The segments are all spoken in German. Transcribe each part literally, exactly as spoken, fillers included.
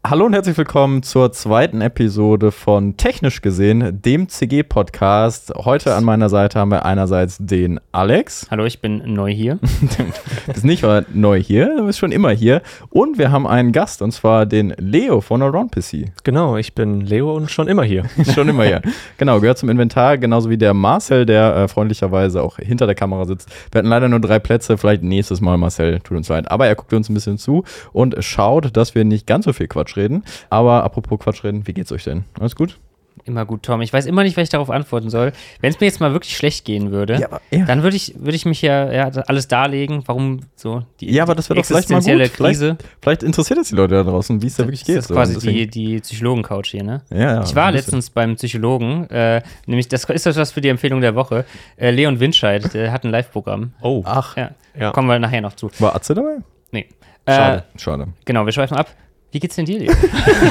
Hallo und herzlich willkommen zur zweiten Episode von Technisch gesehen, dem C G-Podcast. Heute an meiner Seite haben wir einerseits den Alex. Hallo, ich bin neu hier. Du bist nicht mal neu hier, du bist schon immer hier. Und wir haben einen Gast, und zwar den Leo von AroundPC. Genau, ich bin Leo und schon immer hier. Schon immer hier. Genau, gehört zum Inventar, genauso wie der Marcel, der äh, freundlicherweise auch hinter der Kamera sitzt. Wir hatten leider nur drei Plätze, vielleicht nächstes Mal, Marcel, tut uns leid. Aber er guckt uns ein bisschen zu und schaut, dass wir nicht ganz so viel Quatsch reden. Aber apropos Quatsch reden, wie geht's euch denn? Alles gut? Immer gut, Tom. Ich weiß immer nicht, was ich darauf antworten soll. Wenn es mir jetzt mal wirklich schlecht gehen würde, ja, aber, ja. dann würde ich, würd ich mich ja, ja alles darlegen, warum so die, ja, aber das wäre doch vielleicht mal gut. Krise. Vielleicht, vielleicht interessiert es die Leute da draußen, wie es da wirklich geht. Das ist so. quasi die, die Psychologen-Couch hier, ne? Ja, ja, ich war letztens beim Psychologen, äh, nämlich, das ist das was für die Empfehlung der Woche. Äh, Leon Winscheid, der hat ein Live-Programm. Oh. Ach. Ja. ja. Kommen wir nachher noch zu. War Atze dabei? Nee. Schade. Äh, Schade. Genau, wir schweifen ab. Wie geht's denn dir, Leo?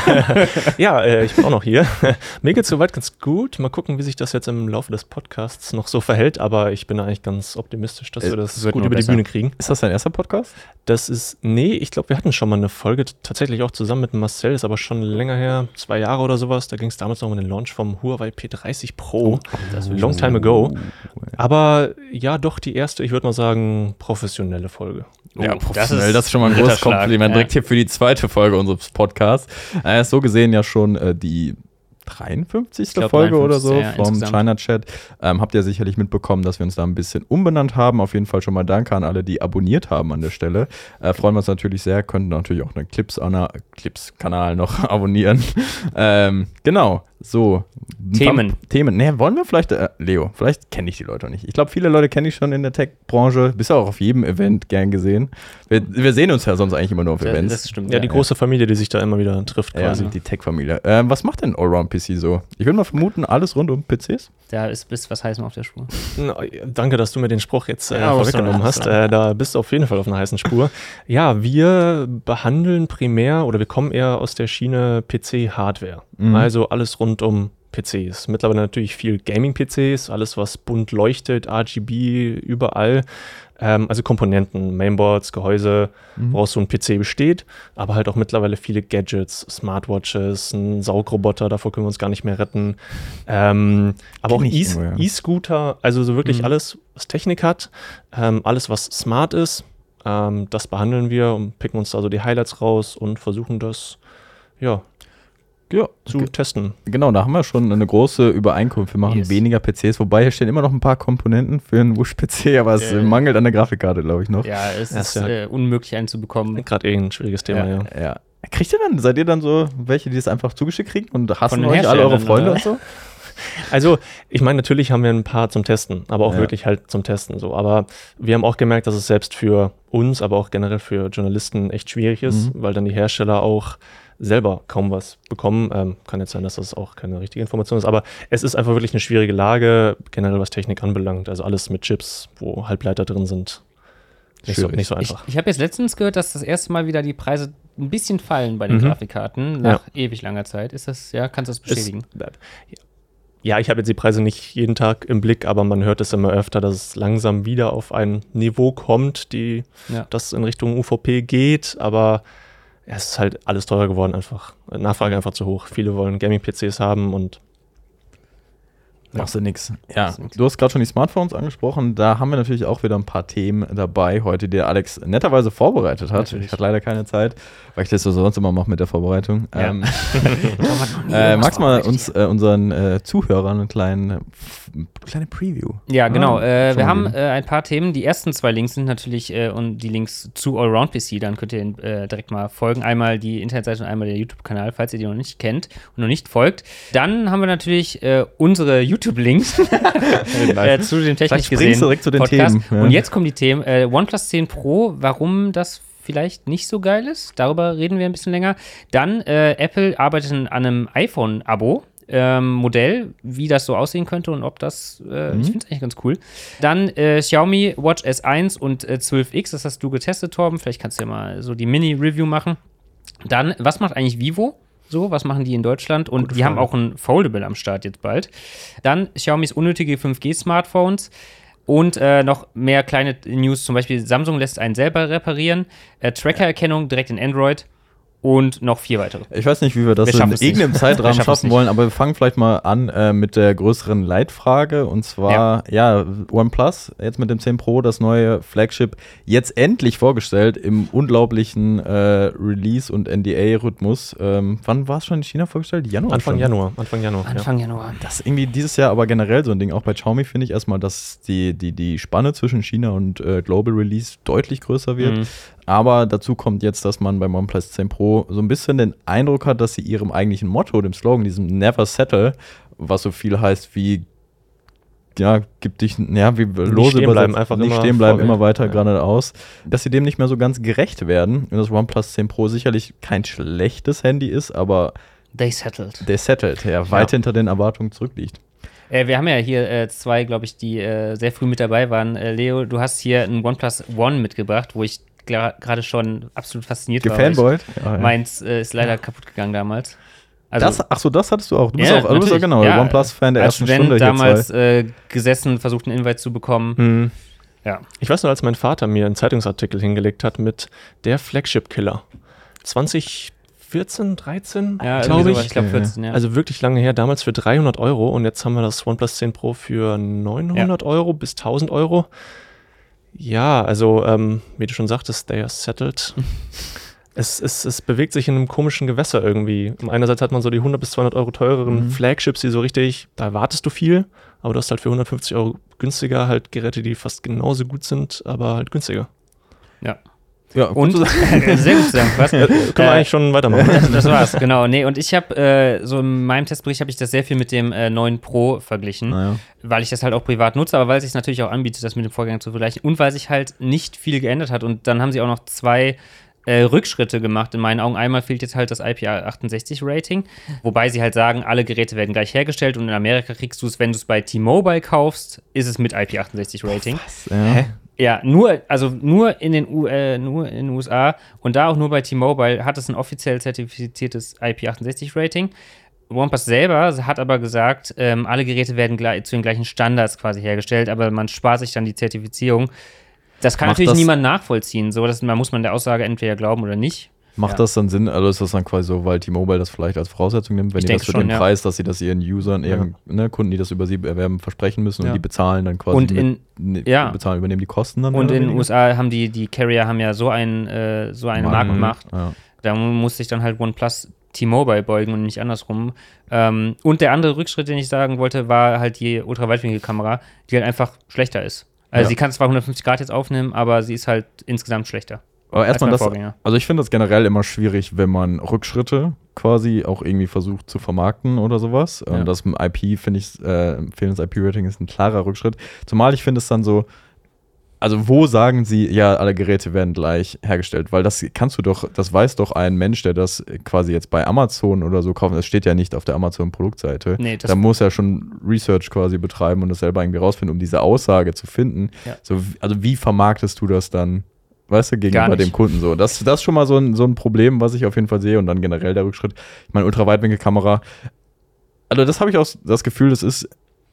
ja, äh, ich bin auch noch hier. Mir geht's soweit ganz gut. Mal gucken, wie sich das jetzt im Laufe des Podcasts noch so verhält. Aber ich bin eigentlich ganz optimistisch, dass äh, wir das gut über besser. die Bühne kriegen. Ist das dein erster Podcast? Das ist, nee, ich glaube, wir hatten schon mal eine Folge, tatsächlich auch zusammen mit Marcel, ist aber schon länger her, zwei Jahre oder sowas. Da ging es damals noch um den Launch vom Huawei P dreißig Pro. Oh, das long time ago. Aber ja, doch die erste, ich würde mal sagen, professionelle Folge. Oh, ja, professionell, das ist, das ist schon mal ein großes Kompliment. Ja. Direkt hier für die zweite Folge unseres Podcasts. Er ist so gesehen ja schon äh, die dreiundfünfzigste glaub, Folge oder so ja, vom China-Chat. Ähm, habt ihr sicherlich mitbekommen, dass wir uns da ein bisschen umbenannt haben. Auf jeden Fall schon mal danke an alle, die abonniert haben an der Stelle. Äh, freuen wir uns natürlich sehr. Könnten natürlich auch einen Clips-Kanal Clips noch abonnieren. ähm, genau, so. Themen. Paar Themen. Ne, wollen wir vielleicht, äh, Leo, vielleicht kenne ich die Leute nicht. Ich glaube, viele Leute kenne ich schon in der Tech-Branche. Bist ja auch auf jedem Event gern gesehen. Wir, wir sehen uns ja sonst eigentlich immer nur auf das, Events. Das stimmt. Ja, ja die ja. große Familie, die sich da immer wieder trifft quasi. Ja, die Tech-Familie. Ähm, was macht denn AroundPC so? Ich würde mal vermuten, alles rund um P Cs? Da ist bist was Heißem auf der Spur. No, danke, dass du mir den Spruch jetzt äh, ja, vorweggenommen hast. Äh, da bist du auf jeden Fall auf einer heißen Spur. Ja, wir behandeln primär oder wir kommen eher aus der Schiene P C-Hardware. Mhm. Also alles rund um P Cs. Mittlerweile natürlich viel Gaming-P Cs, alles was bunt leuchtet, R G B, überall. Ähm, also Komponenten, Mainboards, Gehäuse, mhm. woraus so ein P C besteht, aber halt auch mittlerweile viele Gadgets, Smartwatches, ein Saugroboter, davor können wir uns gar nicht mehr retten. Ähm, aber Kenn auch e- E-Scooter, also so wirklich mhm. alles, was Technik hat, ähm, alles, was smart ist, ähm, das behandeln wir und picken uns da so die Highlights raus und versuchen das, ja, Ja, zu ge- testen. Genau, da haben wir schon eine große Übereinkunft. Wir machen yes. weniger P Cs, wobei hier stehen immer noch ein paar Komponenten für einen Wush-P C, aber es äh. mangelt an der Grafikkarte, glaube ich, noch. Ja, es das ist ja äh, unmöglich, einen zu bekommen. Gerade eh ein schwieriges Thema, ja. ja. ja. Kriegt ihr dann, seid ihr dann so welche, die das einfach zugeschickt kriegen und hassen euch alle eure Freunde und so? Also, ich meine, natürlich haben wir ein paar zum Testen, aber auch ja. wirklich halt zum Testen so. Aber wir haben auch gemerkt, dass es selbst für uns, aber auch generell für Journalisten echt schwierig ist, mhm. weil dann die Hersteller auch selber kaum was bekommen. Ähm, kann jetzt sein, dass das auch keine richtige Information ist, aber es ist einfach wirklich eine schwierige Lage, generell was Technik anbelangt. Also alles mit Chips, wo Halbleiter drin sind. Nicht, so, nicht so einfach. Ich, ich habe jetzt letztens gehört, dass das erste Mal wieder die Preise ein bisschen fallen bei den mhm. Grafikkarten nach ja. ewig langer Zeit. Ist das, ja, kannst du das bestätigen? Ist, ja, ich habe jetzt die Preise nicht jeden Tag im Blick, aber man hört es immer öfter, dass es langsam wieder auf ein Niveau kommt, die ja. das in Richtung U V P geht, aber ja, es ist halt alles teurer geworden einfach. Nachfrage einfach zu hoch. Viele wollen Gaming-P Cs haben und machst du nix. Ja, du hast gerade schon die Smartphones angesprochen. Da haben wir natürlich auch wieder ein paar Themen dabei heute, die der Alex netterweise vorbereitet hat. Natürlich. Ich hatte leider keine Zeit, weil ich das so sonst immer mache mit der Vorbereitung. Ja. Ähm, äh, magst du mal uns, äh, unseren äh, Zuhörern einen kleinen, kleine Preview? Ja, genau. Ah, äh, wir haben äh, ein paar Themen. Die ersten zwei Links sind natürlich äh, und die Links zu AroundPC. Dann könnt ihr äh, direkt mal folgen. Einmal die Internetseite und einmal der YouTube-Kanal, falls ihr die noch nicht kennt und noch nicht folgt. Dann haben wir natürlich äh, unsere YouTube YouTube-Links äh, zu den technisch gesehen direkt zu den Podcast. Themen. Ja. Und jetzt kommen die Themen. Äh, OnePlus zehn Pro, warum das vielleicht nicht so geil ist. Darüber reden wir ein bisschen länger. Dann äh, Apple arbeitet an einem iPhone-Abo. Ähm, Modell, wie das so aussehen könnte und ob das, äh, mhm. ich finde es eigentlich ganz cool. Dann äh, Xiaomi Watch S eins und äh, zwölf X, das hast du getestet, Torben. Vielleicht kannst du ja mal so die Mini-Review machen. Dann, was macht eigentlich Vivo? So, was machen die in Deutschland? Und Gute die Frage. Haben auch ein Foldable am Start jetzt bald. Dann Xiaomis unnötige fünf G-Smartphones. Und äh, noch mehr kleine News, zum Beispiel Samsung lässt einen selber reparieren. Äh, Tracker-Erkennung direkt in Android. und noch vier weitere. Ich weiß nicht, wie wir das wir in irgendeinem Zeitrahmen schaffen wollen, aber wir fangen vielleicht mal an äh, mit der größeren Leitfrage. Und zwar, ja. ja, OnePlus, jetzt mit dem zehn Pro, das neue Flagship, jetzt endlich vorgestellt im unglaublichen äh, Release- und N D A-Rhythmus. Ähm, wann war es schon in China vorgestellt? Januar Anfang schon? Januar. Anfang Januar. Anfang ja. Januar. Das ist irgendwie dieses Jahr aber generell so ein Ding. Auch bei Xiaomi finde ich erstmal, dass die, die, die Spanne zwischen China und äh, Global Release deutlich größer wird. Mhm. Aber dazu kommt jetzt, dass man beim OnePlus zehn Pro so ein bisschen den Eindruck hat, dass sie ihrem eigentlichen Motto, dem Slogan, diesem Never Settle, was so viel heißt wie, ja, gib dich, ja, wie lose stehen bleiben, einfach nicht immer stehen bleiben, vorwärts. immer weiter Ja. geradeaus, dass sie dem nicht mehr so ganz gerecht werden. Und das OnePlus zehn Pro sicherlich kein schlechtes Handy ist, aber They settled. They settled, ja, weit ja. hinter den Erwartungen zurückliegt. Äh, wir haben ja hier äh, zwei, glaube ich, die äh, sehr früh mit dabei waren. Äh, Leo, du hast hier ein OnePlus One mitgebracht, wo ich gerade schon absolut fasziniert Gefanboyt? war. Ja. Meins äh, ist leider ja. kaputt gegangen damals. Also, das, ach so, das hattest du auch. Du bist ja, auch, du bist auch genau ja, OnePlus-Fan der ersten Student Stunde. damals äh, gesessen, versucht einen Invite zu bekommen. Mhm. Ja. Ich weiß noch, als mein Vater mir einen Zeitungsartikel hingelegt hat mit der Flagship-Killer. zwanzig vierzehn, dreizehn, ja, glaube ich. Ich glaube vierzehn, ja. Also wirklich lange her, damals für dreihundert Euro und jetzt haben wir das OnePlus zehn Pro für neunhundert ja. Euro bis tausend Euro. Ja, also ähm, wie du schon sagtest, they are settled. es, es, es bewegt sich in einem komischen Gewässer irgendwie. Einerseits hat man so die hundert bis zweihundert Euro teureren mhm. Flagships, die so richtig, da erwartest du viel, aber du hast halt für hundertfünfzig Euro günstiger halt Geräte, die fast genauso gut sind, aber halt günstiger. Ja. Ja, und sehr gut zusammengefasst. Ja, können wir äh, eigentlich schon weitermachen. Das, das war's, genau. Nee, und ich habe, äh, so in meinem Testbericht habe ich das sehr viel mit dem äh, neuen Pro verglichen, ja. weil ich das halt auch privat nutze, aber weil es sich natürlich auch anbietet, das mit dem Vorgänger zu vergleichen und weil sich halt nicht viel geändert hat. Und dann haben sie auch noch zwei äh, Rückschritte gemacht in meinen Augen. Einmal fehlt jetzt halt das I P achtundsechzig Rating, wobei sie halt sagen, alle Geräte werden gleich hergestellt und in Amerika kriegst du es, wenn du es bei T-Mobile kaufst, ist es mit I P achtundsechzig Rating. Oh, was? Ja. Hä? Ja, nur, also nur in den U, äh, nur in den U S A und da auch nur bei T-Mobile hat es ein offiziell zertifiziertes I P achtundsechzig Rating. OnePlus selber hat aber gesagt, ähm, alle Geräte werden gleich, zu den gleichen Standards quasi hergestellt, aber man spart sich dann die Zertifizierung. Das kann Macht natürlich das niemand nachvollziehen. So, das, man muss man der Aussage entweder glauben oder nicht. Macht ja. das dann Sinn, also ist das dann quasi so, weil T-Mobile das vielleicht als Voraussetzung nimmt, wenn ich die das für schon, den ja. Preis, dass sie das ihren Usern, ihren ja. ne, Kunden, die das über sie erwerben, versprechen müssen ja. und die bezahlen dann quasi und in, mit, ja. bezahlen, übernehmen die Kosten dann. Und in den U S A haben die, die Carrier haben ja so, ein, äh, so eine Marktmacht. Ja. Da muss sich dann halt OnePlus T-Mobile beugen und nicht andersrum. Ähm, und der andere Rückschritt, den ich sagen wollte, war halt die Ultraweitwinkelkamera, die halt einfach schlechter ist. Also ja. sie kann zwar hundertfünfzig Grad jetzt aufnehmen, aber sie ist halt insgesamt schlechter. Aber erstmal das, also ich finde das generell immer schwierig, wenn man Rückschritte quasi auch irgendwie versucht zu vermarkten oder sowas. Ja. Das mit I P, finde ich, äh, fehlendes I P-Rating ist ein klarer Rückschritt. Zumal ich finde es dann so, also wo sagen sie, ja, alle Geräte werden gleich hergestellt? Weil das kannst du doch, das weiß doch ein Mensch, der das quasi jetzt bei Amazon oder so kauft, das steht ja nicht auf der Amazon-Produktseite. Nee, da muss er schon Research quasi betreiben und das selber irgendwie rausfinden, um diese Aussage zu finden. Ja. So, also wie vermarktest du das dann? Weißt du, gegenüber dem Kunden so. Das, das ist schon mal so ein, so ein Problem, was ich auf jeden Fall sehe. Und dann generell der Rückschritt. Ich meine, Ultraweitwinkelkamera. Also, das habe ich auch das Gefühl, das ist,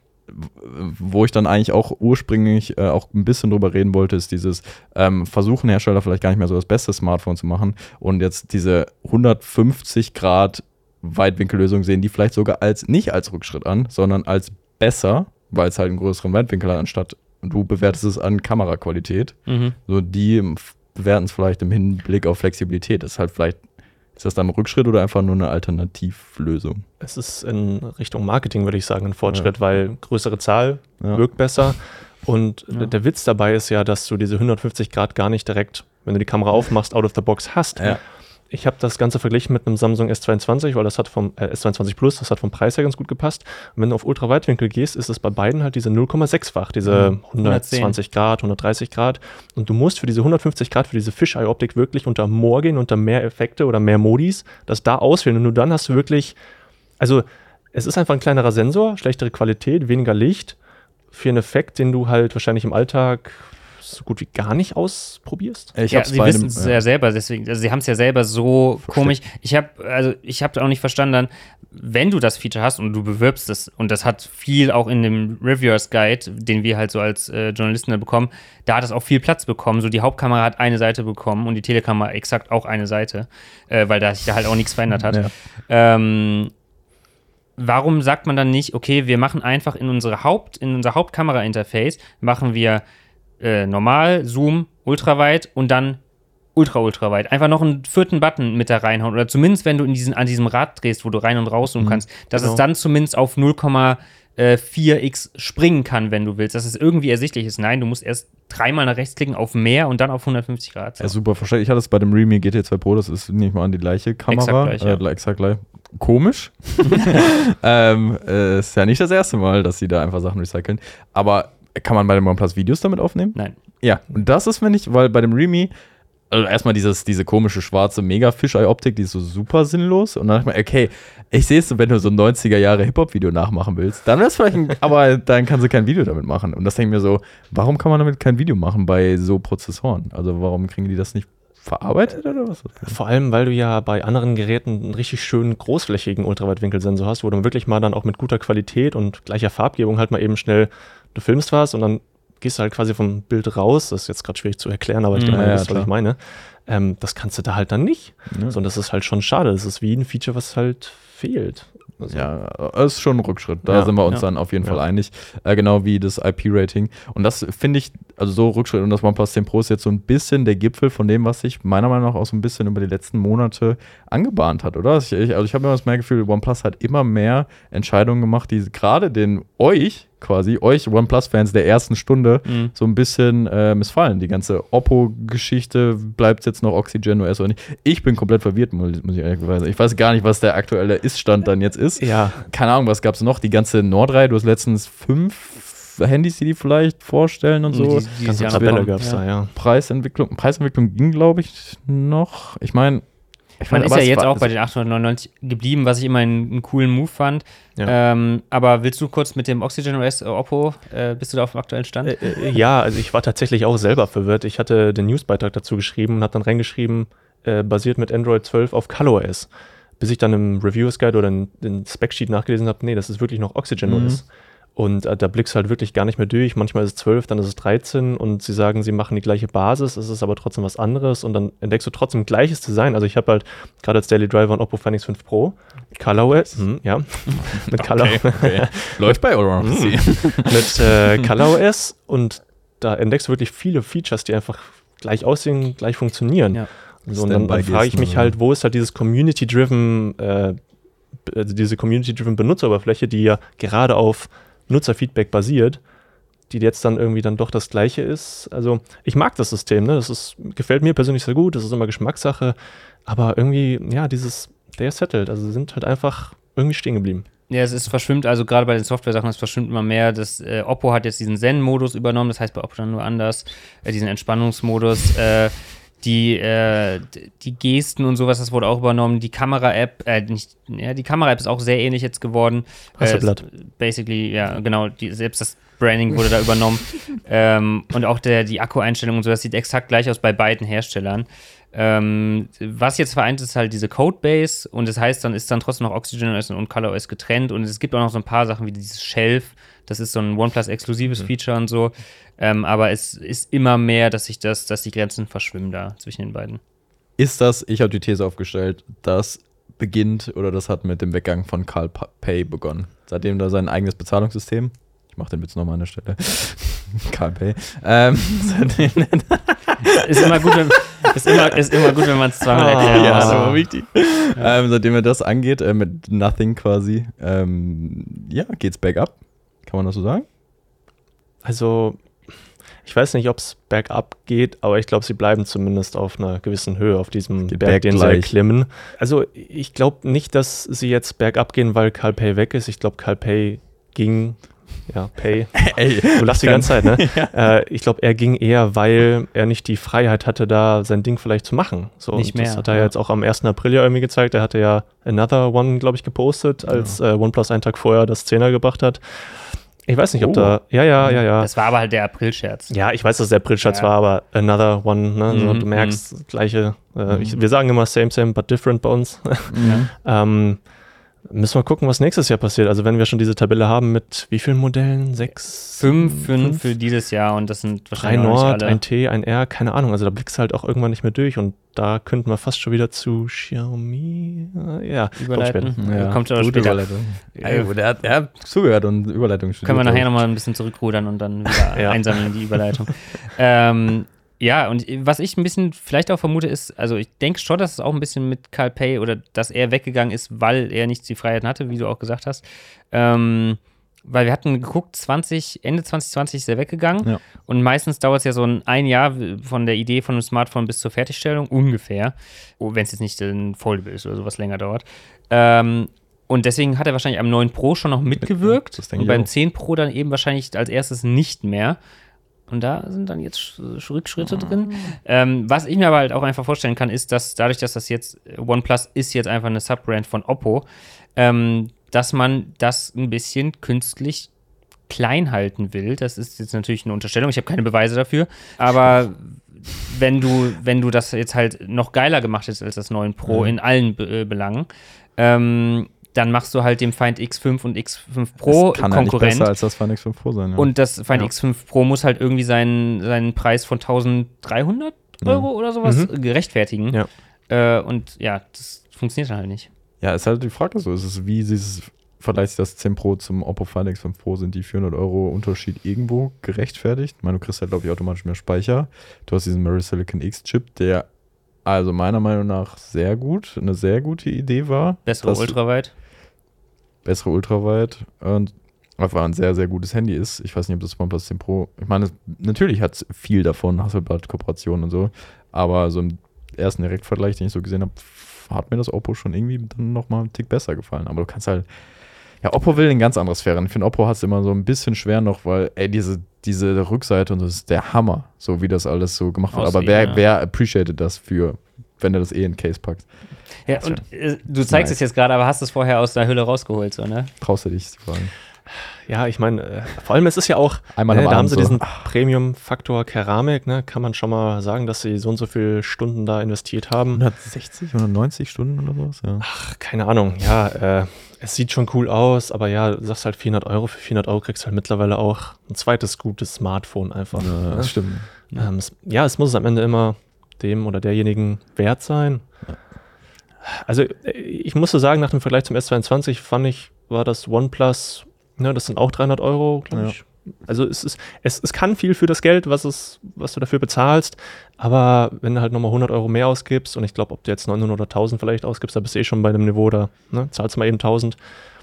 wo ich dann eigentlich auch ursprünglich äh, auch ein bisschen drüber reden wollte, ist dieses ähm, versuchen Hersteller vielleicht gar nicht mehr so das beste Smartphone zu machen. Und jetzt diese hundertfünfzig Grad Weitwinkellösung sehen die vielleicht sogar als nicht als Rückschritt an, sondern als besser, weil es halt einen größeren Weitwinkel hat, anstatt du bewertest es an Kameraqualität. Mhm. So, die bewerten es vielleicht im Hinblick auf Flexibilität. Das ist halt vielleicht, ist das dann ein Rückschritt oder einfach nur eine Alternativlösung? Es ist in Richtung Marketing, würde ich sagen, ein Fortschritt, ja. weil größere Zahl ja. wirkt besser. Und ja. der Witz dabei ist ja, dass du diese hundertfünfzig Grad gar nicht direkt, wenn du die Kamera aufmachst, out of the box hast. Ja. Ich habe das Ganze verglichen mit einem Samsung S zweiundzwanzig, weil das hat vom äh, S zweiundzwanzig Plus, das hat vom Preis her ganz gut gepasst. Und wenn du auf Ultraweitwinkel gehst, ist es bei beiden halt diese null Komma sechs-fach, diese mhm. hundertzwanzig Grad, hundertdreißig Grad. Und du musst für diese hundertfünfzig Grad, für diese Fisheye-Optik wirklich unter More gehen, unter mehr Effekte oder mehr Modis, das da auswählen. Und nur dann hast du wirklich, also es ist einfach ein kleinerer Sensor, schlechtere Qualität, weniger Licht für einen Effekt, den du halt wahrscheinlich im Alltag so gut wie gar nicht ausprobierst? Ich ja, sie wissen es ja selber, deswegen, also sie haben es ja selber so Versteck. komisch. Ich habe also ich habe auch nicht verstanden, wenn du das Feature hast und du bewirbst es, und das hat viel auch in dem Reviewers Guide, den wir halt so als äh, Journalisten dann bekommen, da hat es auch viel Platz bekommen. So die Hauptkamera hat eine Seite bekommen und die Telekamera exakt auch eine Seite, äh, weil da sich da halt auch nichts verändert hat. Ja. Ähm, warum sagt man dann nicht, okay, wir machen einfach in unsere Haupt, in unser Hauptkamera-Interface, machen wir äh, normal, Zoom, Ultraweit und dann ultra, ultra weit. Einfach noch einen vierten Button mit da reinhauen. Oder zumindest, wenn du in diesen, an diesem Rad drehst, wo du rein und rauszoomen mhm, kannst, dass genau. es dann zumindest auf null Komma vier x springen kann, wenn du willst. Dass es irgendwie ersichtlich ist. Nein, du musst erst dreimal nach rechts klicken auf mehr und dann auf hundertfünfzig Grad. So. Ja, super verständlich. Ich hatte es bei dem Realme G T zwei Pro, das ist nicht mal an die gleiche Kamera. Exakt gleich, ja. äh, exakt gleich. Komisch. ähm, äh, ist ja nicht das erste Mal, dass sie da einfach Sachen recyceln. Aber kann man bei dem OnePlus Videos damit aufnehmen? Nein. Ja, und das ist, finde ich, weil bei dem Realme also erstmal dieses, diese komische schwarze Mega-Fisheye-Optik, die ist so super sinnlos. Und dann dachte ich mir, okay, ich sehe es, wenn du so ein neunziger-Jahre-Hip-Hop-Video nachmachen willst, dann wäre es vielleicht ein, aber dann kannst du kein Video damit machen. Und das denke ich mir so, warum kann man damit kein Video machen bei so Prozessoren? Also warum kriegen die das nicht verarbeitet oder was? Vor allem, weil du ja bei anderen Geräten einen richtig schönen großflächigen Ultraweitwinkelsensor hast, wo du wirklich mal dann auch mit guter Qualität und gleicher Farbgebung halt mal eben schnell, du filmst was und dann gehst du halt quasi vom Bild raus. Das ist jetzt gerade schwierig zu erklären, aber ich denke mal, ja, das ist, was ich meine. Ähm, das kannst du da halt dann nicht. Ja. So, und das ist halt schon schade. Das ist wie ein Feature, was halt fehlt. Also. Ja, das ist schon ein Rückschritt. Da ja, sind wir uns ja. dann auf jeden ja. Fall einig. Äh, genau wie das I P-Rating. Und das finde ich, also so Rückschritt. Und das OnePlus zehn Pro ist jetzt so ein bisschen der Gipfel von dem, was sich meiner Meinung nach auch so ein bisschen über die letzten Monate angebahnt hat, oder? Ich, ich, also ich habe immer das mehr Gefühl, OnePlus hat immer mehr Entscheidungen gemacht, die gerade den euch quasi, euch OnePlus-Fans der ersten Stunde mhm. so ein bisschen äh, missfallen. Die ganze Oppo-Geschichte, bleibt jetzt noch Oxygen O S oder nicht. Ich bin komplett verwirrt, muss ich ehrlich sagen. Ich weiß gar nicht, was der aktuelle Ist-Stand dann jetzt ist. Ja. Keine Ahnung, was gab es noch? Die ganze Nord-Reihe, du hast letztens fünf Handys, die die vielleicht vorstellen und so. Die, die ganze Tabelle gab es ja. da, ja. Preisentwicklung, Preisentwicklung ging, glaube ich, noch. Ich meine, Ich Man ist ja jetzt auch bei den achthundertneunundneunzig geblieben, was ich immer einen, einen coolen Move fand. Ja. Ähm, aber willst du kurz mit dem Oxygen O S äh, Oppo, äh, bist du da auf dem aktuellen Stand? Äh, äh, ja, also ich war tatsächlich auch selber verwirrt. Ich hatte den Newsbeitrag dazu geschrieben und habe dann reingeschrieben, äh, basiert mit Android zwölf auf ColorOS. Bis ich dann im Reviewers Guide oder in den Spec-Sheet nachgelesen habe, nee, das ist wirklich noch Oxygen O S. Mhm. Und äh, da blickst du halt wirklich gar nicht mehr durch. Manchmal ist es zwölf, dann ist es dreizehn und sie sagen, sie machen die gleiche Basis, es ist aber trotzdem was anderes und dann entdeckst du trotzdem gleiches Design. Also ich habe halt gerade als Daily Driver ein Oppo Find X fünf Pro, ColorOS, hm, ja, mit Color. Okay, okay. Läuft bei oder? Mit äh, ColorOS und da entdeckst du wirklich viele Features, die einfach gleich aussehen, gleich funktionieren. Ja. So, und dann, dann frage ich mich halt, wo ist halt dieses Community-driven, äh, also diese Community-driven Benutzeroberfläche, die ja gerade auf Nutzerfeedback basiert, die jetzt dann irgendwie dann doch das Gleiche ist. Also ich mag das System, ne? Das ist, gefällt mir persönlich sehr gut, das ist immer Geschmackssache, aber irgendwie, ja, dieses, der ist settled, also sind halt einfach irgendwie stehen geblieben. Ja, es ist verschwimmt, also gerade bei den Software-Sachen, es verschwimmt immer mehr. Das äh, Oppo hat jetzt diesen Zen-Modus übernommen, das heißt bei Oppo dann nur anders, äh, diesen Entspannungsmodus, äh, Die, äh, die Gesten und sowas, das wurde auch übernommen. Die Kamera-App, äh, nicht, ja, die Kamera-App ist auch sehr ähnlich jetzt geworden. Hasselblatt. Äh, basically, ja, genau, die, selbst das Branding wurde da übernommen. ähm, und auch der, die Akku-Einstellung und so, das sieht exakt gleich aus bei beiden Herstellern. Ähm, was jetzt vereint, ist halt diese Codebase und das heißt, dann ist dann trotzdem noch Oxygen O S und ColorOS getrennt und es gibt auch noch so ein paar Sachen wie dieses Shelf, das ist so ein OnePlus-exklusives mhm. Feature und so, ähm, aber es ist immer mehr, dass sich das, dass die Grenzen verschwimmen da zwischen den beiden. Ist das, ich habe die These aufgestellt, das beginnt oder das hat mit dem Weggang von Carl Pay begonnen, seitdem da sein eigenes Bezahlungssystem, ich mache den Witz nochmal an der Stelle, Carl Pay, ähm, ist immer gut, wenn Ist immer, ist immer gut, wenn man es zweimal erklärt. Ja, das ist aber wichtig. Ja. Ähm, seitdem er das angeht, äh, mit Nothing quasi, ähm, ja, geht's bergab. Kann man das so sagen? Also, ich weiß nicht, ob es bergab geht, aber ich glaube, sie bleiben zumindest auf einer gewissen Höhe, auf diesem Berg, Berg, den sie erklimmen. Also, ich glaube nicht, dass sie jetzt bergab gehen, weil Carl Pay weg ist. Ich glaube, Carl Pay ging... Ja, Pay. Ey, du lachst die ganze Zeit, ne? Ja. Äh, ich glaube, er ging eher, weil er nicht die Freiheit hatte, da sein Ding vielleicht zu machen. So, nicht mehr. Das hat er ja jetzt auch am ersten April ja irgendwie gezeigt. Er hatte ja Another One, glaube ich, gepostet, als ja. äh, OnePlus einen Tag vorher das Zehner gebracht hat. Ich weiß nicht, ob Oh. da, ja, ja, ja, ja. Das war aber halt der April-Scherz. Ja, ich weiß, dass es der April-Scherz Ja. war, aber another one, ne? So, Mhm, du merkst, gleiche, äh, Mhm. ich, wir sagen immer same, same, but different bei uns. Mhm. ähm, müssen wir gucken, was nächstes Jahr passiert. Also wenn wir schon diese Tabelle haben mit wie vielen Modellen? Sechs? Fünf, fünf für dieses Jahr und das sind Drei wahrscheinlich auch nicht Nord, alle. ein T, ein R, keine Ahnung. Also da blickst du halt auch irgendwann nicht mehr durch und da könnten wir fast schon wieder zu Xiaomi, äh, ja, Überleiten. kommt Ja, Kommt aber gute später. Überleitung. Äh, Ey, der, hat, der hat zugehört und Überleitung studiert. Können wir nachher nochmal ein bisschen zurückrudern und dann wieder Ja. einsammeln, die Überleitung. ähm, ja, und was ich ein bisschen vielleicht auch vermute ist, also ich denke schon, dass es auch ein bisschen mit Carl Pei oder dass er weggegangen ist, weil er nicht die Freiheiten hatte, wie du auch gesagt hast. Ähm, weil wir hatten geguckt, zwanzig, Ende zwanzig zwanzig ist er weggegangen Ja. und meistens dauert es ja so ein, ein Jahr von der Idee von einem Smartphone bis zur Fertigstellung, ungefähr, oh, wenn es jetzt nicht ein Foldable ist oder sowas länger dauert. Ähm, Und deswegen hat er wahrscheinlich am neun Pro schon noch mitgewirkt Das denke und ich beim auch. zehn Pro dann eben wahrscheinlich als erstes nicht mehr. Und da sind dann jetzt Sch- Rückschritte drin. Ähm, was ich mir aber halt auch einfach vorstellen kann, ist, dass dadurch, dass das jetzt OnePlus ist jetzt einfach eine Subbrand von Oppo, ähm, dass man das ein bisschen künstlich klein halten will. Das ist jetzt natürlich eine Unterstellung. Ich habe keine Beweise dafür. Aber wenn du, wenn du das jetzt halt noch geiler gemacht hättest als das neun Pro Mhm. in allen Be äh, Belangen, ähm, dann machst du halt dem Find X fünf und X fünf Pro das kann ja nicht Konkurrent. besser als das Find X fünf Pro sein. Ja. Und das Find Ja. X fünf Pro muss halt irgendwie seinen, seinen Preis von dreizehnhundert Euro oder sowas Mhm. gerechtfertigen. Ja. Äh, und ja, das funktioniert dann halt nicht. ja, ist halt die Frage so. Ist es wie dieses vergleicht sich das zehn Pro zum Oppo Find X fünf Pro, sind die vierhundert Euro Unterschied irgendwo gerechtfertigt? Ich meine, du kriegst halt, glaube ich, automatisch mehr Speicher. Du hast diesen Murray Silicon X-Chip, der also meiner Meinung nach sehr gut, eine sehr gute Idee war. Bessere Das- Ultraweit. Bessere Ultraweit und einfach ein sehr, sehr gutes Handy ist. Ich weiß nicht, ob das OnePlus zehn Pro, ich meine, es- natürlich hat es viel davon, Hasselblad-Kooperationen und so, aber so im ersten Direktvergleich, den ich so gesehen habe, hat mir das Oppo schon irgendwie dann nochmal einen Tick besser gefallen. Aber du kannst halt, ja, Oppo will in ganz andere Sphären. Ich finde, Oppo hat es immer so ein bisschen schwer noch, weil, ey, diese, diese Rückseite und so ist der Hammer, so wie das alles so gemacht wird. Aber Aussehen, wer, ja. wer appreciated das für, wenn du das eh in den Case packst? Ja, und äh, du zeigst es jetzt gerade, aber hast es vorher aus der Hülle rausgeholt, so, ne? Traust du dich, die Fragen? Ja, ich meine, äh, vor allem es ist ja auch, Einmal ne, am da haben Abend sie so. diesen Premium-Faktor Keramik, ne, kann man schon mal sagen, dass sie so und so viele Stunden da investiert haben. hundertsechzig, hundertneunzig Stunden oder sowas, ja. Ach, keine Ahnung, ja, äh, es sieht schon cool aus, aber ja, du sagst halt vierhundert Euro, für vierhundert Euro kriegst du halt mittlerweile auch ein zweites gutes Smartphone einfach. Ja, ne? das stimmt. Ähm, es, ja, es muss es am Ende immer dem oder derjenigen wert sein. Also äh, ich muss so sagen, nach dem Vergleich zum S zweiundzwanzig fand ich, war das OnePlus, ne, das sind auch dreihundert Euro, glaube Ja. ich. Also es, ist, es, es kann viel für das Geld, was, es, was du dafür bezahlst, aber wenn du halt nochmal hundert Euro mehr ausgibst, und ich glaube, ob du jetzt neunhundert oder tausend vielleicht ausgibst, da bist du eh schon bei einem Niveau, da ne, zahlst du mal eben tausend,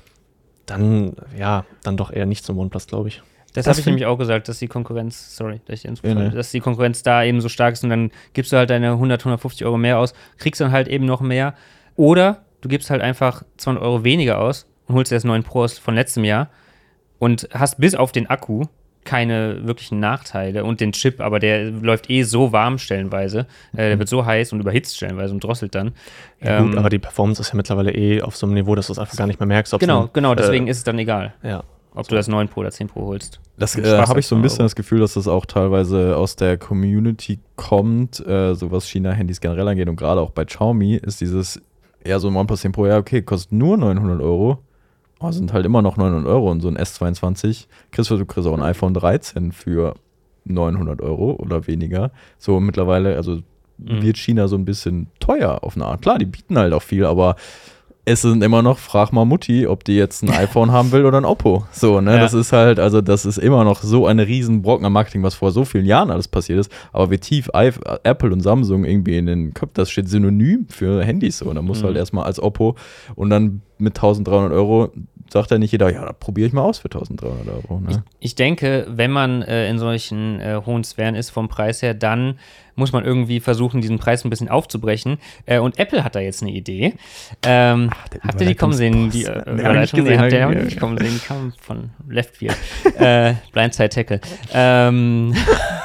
dann, ja, dann doch eher nicht zum OnePlus, glaube ich. Das, Das habe ich find- nämlich auch gesagt, dass die Konkurrenz, sorry, dass, ich ins Ja, nee. dass die Konkurrenz da eben so stark ist und dann gibst du halt deine hundert, hundertfünfzig Euro mehr aus, kriegst dann halt eben noch mehr. Oder du gibst halt einfach zweihundert Euro weniger aus und holst dir das neun Pro aus von letztem Jahr und hast bis auf den Akku keine wirklichen Nachteile und den Chip, aber der läuft eh so warm stellenweise, äh, der wird so heiß und überhitzt stellenweise und drosselt dann. Ja, gut, Ähm, aber die Performance ist ja mittlerweile eh auf so einem Niveau, dass du es einfach gar nicht mehr merkst. ob's Genau, ein, genau, deswegen äh, ist es dann egal, ja. ob du das neun Pro oder zehn Pro holst. Das Und äh, Spaß habe ich so ein hast, bisschen Euro. das Gefühl, dass das auch teilweise aus der Community kommt, äh, so was China-Handys generell angeht und gerade auch bei Xiaomi ist dieses, eher so ein OnePlus zehn Pro, ja okay, kostet nur neunhundert Euro, aber sind halt immer noch neunhundert Euro und so ein S zweiundzwanzig, kriegst du, du kriegst auch ein iPhone dreizehn für neunhundert Euro oder weniger. So mittlerweile, also Mhm. wird China so ein bisschen teuer auf eine Art. Klar, die bieten halt auch viel, aber es sind immer noch, frag mal Mutti, ob die jetzt ein iPhone haben will oder ein Oppo. So, ne, Ja. das ist halt, also das ist immer noch so eine riesen Brocken am Marketing, was vor so vielen Jahren alles passiert ist. Aber wie tief I- Apple und Samsung irgendwie in den Köpfen, das steht synonym für Handys so. Und dann muss Mhm. halt erstmal als Oppo und dann mit eintausenddreihundert Euro sagt ja nicht jeder, ja, da probiere ich mal aus für eintausenddreihundert Euro. Ne? Ich denke, wenn man äh, in solchen äh, hohen Sphären ist vom Preis her, dann muss man irgendwie versuchen, diesen Preis ein bisschen aufzubrechen. Äh, und Apple hat da jetzt eine Idee. Ähm, der habt ihr die kommen sehen? Die Überleitungsboss. äh, Nee, hab ich Überleitung? nicht Nee, habt ihr gesehen. hab ich nicht kommen sehen. Die kam von Left Field. äh, Blindside Tackle. Ähm,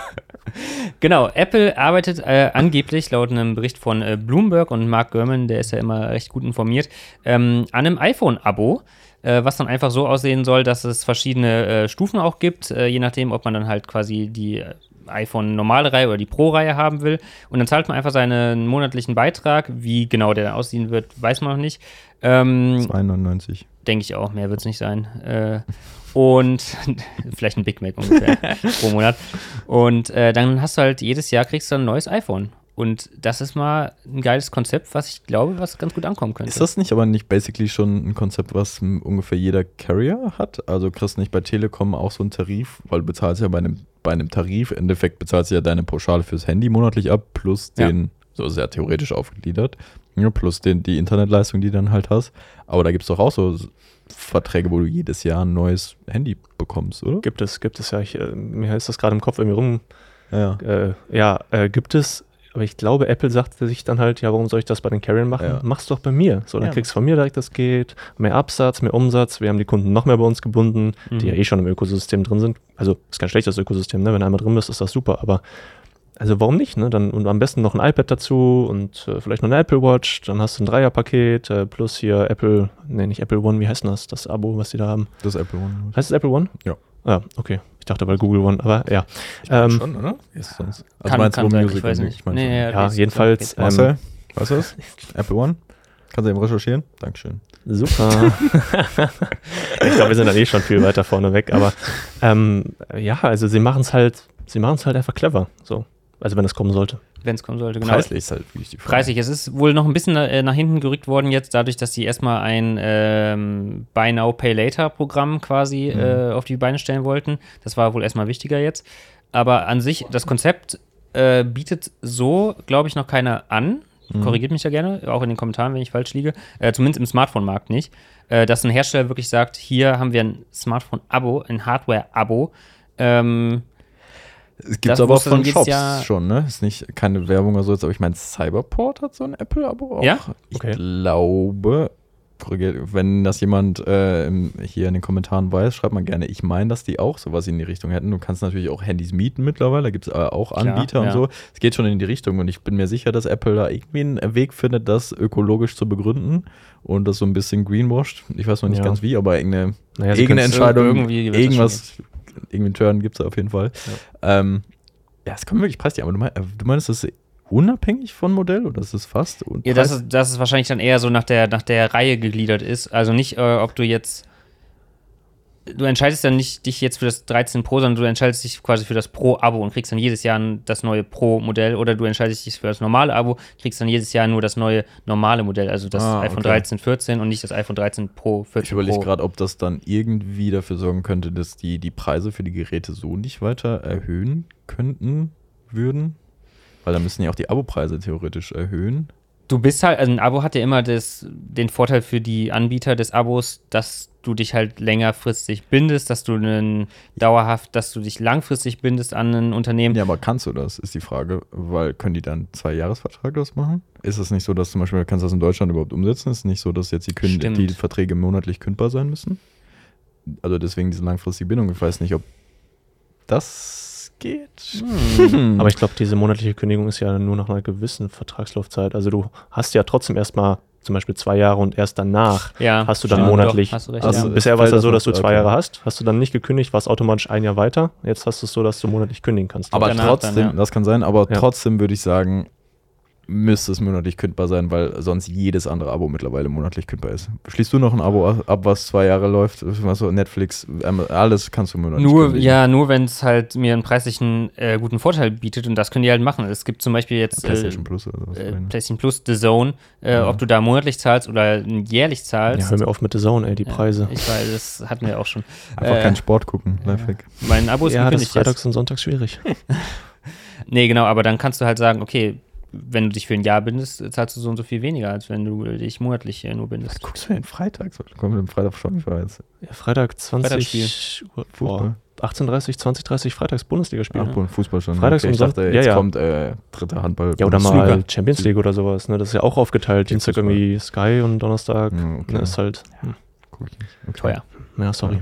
Genau, Apple arbeitet äh, angeblich laut einem Bericht von äh, Bloomberg und Mark Gurman, der ist ja immer recht gut informiert, ähm, an einem iPhone-Abo, äh, was dann einfach so aussehen soll, dass es verschiedene äh, Stufen auch gibt, äh, je nachdem, ob man dann halt quasi die äh, iPhone-normale-Reihe oder die Pro-Reihe haben will. Und dann zahlt man einfach seinen monatlichen Beitrag. Wie genau der dann aussehen wird, weiß man noch nicht. Ähm, zwei neunundneunzig. Denke ich auch, mehr wird es nicht sein. Äh, und vielleicht ein Big Mac ungefähr pro Monat. Und äh, dann hast du halt jedes Jahr kriegst du ein neues iPhone. Und das ist mal ein geiles Konzept, was ich glaube, was ganz gut ankommen könnte. Ist das nicht aber nicht basically schon ein Konzept, was m, ungefähr jeder Carrier hat? Also kriegst du nicht bei Telekom auch so einen Tarif, weil du bezahlst ja bei einem, bei einem Tarif, im Endeffekt bezahlst du ja deine Pauschale fürs Handy monatlich ab, plus den, ja. so sehr theoretisch aufgegliedert, ja, plus den, die Internetleistung, die du dann halt hast. Aber da gibt es doch auch so Verträge, wo du jedes Jahr ein neues Handy bekommst, oder? Gibt es, gibt es ja. Ich, äh, mir ist das gerade im Kopf irgendwie rum. Ja, äh, ja äh, gibt es. Aber ich glaube, Apple sagte sich dann halt, ja, warum soll ich das bei den Carriern machen? Ja. Mach's doch bei mir. So, dann ja. kriegst du von mir direkt das geht, mehr Absatz, mehr Umsatz. Wir haben die Kunden noch mehr bei uns gebunden, mhm. die ja eh schon im Ökosystem drin sind. Also, ist kein schlechtes Ökosystem, ne? Wenn du einmal drin bist, ist das super. Aber, also warum nicht, ne? Dann, und am besten noch ein iPad dazu und äh, vielleicht noch eine Apple Watch. Dann hast du ein Dreierpaket äh, plus hier Apple, ne, nicht Apple One, wie heißt denn das? Das Abo, was die da haben. Das Apple One. Heißt es Apple One? Ja. Ah, okay. Ich dachte bei Google One, aber ja. Ich ähm, schon, oder? Ist sonst. Also kann, meinst kann du sein, Music? Ich weiß nicht. Ich mein nee, ja, ja, jedenfalls. Ähm, Marcel, weißt du das? Apple One? Kannst du eben recherchieren? Dankeschön. Super. Ich glaube, wir sind dann eh schon viel weiter vorne weg, aber ähm, ja, also sie machen es halt, sie machen es halt einfach clever. So. Also wenn es kommen sollte. Wenn es kommen sollte, genau. Preislich ist halt wirklich die Frage. Preislich. Es ist wohl noch ein bisschen äh, nach hinten gerückt worden jetzt, dadurch, dass sie erstmal ein ähm, Buy Now, Pay Later Programm quasi mhm. äh, auf die Beine stellen wollten. Das war wohl erstmal wichtiger jetzt. Aber an sich, das Konzept äh, bietet so, glaube ich, noch keiner an. Mhm. Korrigiert mich ja gerne, auch in den Kommentaren, wenn ich falsch liege. Äh, zumindest im Smartphone-Markt nicht. Äh, dass ein Hersteller wirklich sagt, hier haben wir ein Smartphone-Abo, ein Hardware-Abo. Ähm, Es gibt aber auch von Shops Jahr schon, ne? Ist nicht keine Werbung oder so, aber ich meine, Cyberport hat so ein Apple-Abo auch. Ja? Okay. Ich glaube, wenn das jemand äh, hier in den Kommentaren weiß, schreibt man gerne, ich meine, dass die auch sowas in die Richtung hätten. Du kannst natürlich auch Handys mieten mittlerweile, da gibt es auch Anbieter Klar, und ja. so. Es geht schon in die Richtung und ich bin mir sicher, dass Apple da irgendwie einen Weg findet, das ökologisch zu begründen und das so ein bisschen greenwashed. Ich weiß noch nicht ja. ganz wie, aber irgendeine, naja, irgendeine Entscheidung, irgendwie irgendwas... Irgendwie einen Turn gibt es auf jeden Fall. Ja, ähm, ja es kommt wirklich preislich, aber du, mein, du meinst, das ist unabhängig von Modell oder ist es fast? Ja, das ist, das ist wahrscheinlich dann eher so nach der, nach der Reihe gegliedert ist. Also nicht, äh, ob du jetzt, du entscheidest dann nicht dich jetzt für das dreizehn Pro, sondern du entscheidest dich quasi für das Pro-Abo und kriegst dann jedes Jahr das neue Pro-Modell oder du entscheidest dich für das normale Abo, kriegst dann jedes Jahr nur das neue normale Modell, also das ah, iPhone okay. dreizehn, vierzehn und nicht das iPhone dreizehn Pro, vierzehn Ich überlege Pro. gerade, ob das dann irgendwie dafür sorgen könnte, dass die die Preise für die Geräte so nicht weiter erhöhen könnten, würden, weil dann müssen ja auch die Abo-Preise theoretisch erhöhen. Du bist halt, also ein Abo hat ja immer das, den Vorteil für die Anbieter des Abos, dass du dich halt längerfristig bindest, dass du einen dauerhaft, dass du dich langfristig bindest an ein Unternehmen. Ja, aber kannst du das, ist die Frage, weil können die dann zwei Jahresvertrag das machen? Ist es nicht so, dass zum Beispiel, kannst du das in Deutschland überhaupt umsetzen? Ist es nicht so, dass jetzt die, Künd- die Verträge monatlich kündbar sein müssen? Also deswegen diese langfristige Bindung. Ich weiß nicht, ob das geht. Hm. Aber ich glaube, diese monatliche Kündigung ist ja nur nach einer gewissen Vertragslaufzeit. Also du hast ja trotzdem erstmal zum Beispiel zwei Jahre und erst danach ja, hast du dann monatlich. Doch, hast du recht, also ja. Bisher war es ja so, dass du zwei okay. Jahre hast. Hast du dann nicht gekündigt, warst automatisch ein Jahr weiter. Jetzt hast du es so, dass du monatlich kündigen kannst. Aber trotzdem, dann, ja. das kann sein, aber ja. trotzdem würde ich sagen, müsste es monatlich kündbar sein, weil sonst jedes andere Abo mittlerweile monatlich kündbar ist. Schließt du noch ein Abo ab, was zwei Jahre läuft? Also Netflix, alles kannst du monatlich nur, kündigen. Ja, nur wenn es halt mir einen preislichen äh, guten Vorteil bietet und das können die halt machen. Es gibt zum Beispiel jetzt ja, PlayStation äh, Plus oder sowas. Äh, PlayStation Plus, The Zone, äh, ja. ob du da monatlich zahlst oder jährlich zahlst. Ja, hör mir auf mit The Zone, ey, die Preise. Ja, ich weiß, das hatten wir auch schon. Einfach äh, keinen Sport gucken, Lifehack. Ja. Mein Abo ist ja, das ist freitags und sonntags schwierig. Nee, genau, aber dann kannst du halt sagen, okay, wenn du dich für ein Jahr bindest, zahlst du so und so viel weniger, als wenn du dich monatlich äh, nur bindest. Was guckst du denn freitags? Komm mit dem Freitag schon, ich weiß. Ja, Freitag zwanzig Uhr, achtzehn Uhr dreißig, zwanzig Uhr dreißig, Freitags Bundesligaspiel. Ach, ja. Fußball schon. Freitags okay, und ich dachte, jetzt ja, ja. kommt äh, dritter Handball. Ja, oder mal Champions League oder sowas. Ne? Das ist ja auch aufgeteilt. Dienstag irgendwie Sky und Donnerstag. Ja, okay. Ne, ist halt hm. cool. Okay. Teuer. Ja, sorry.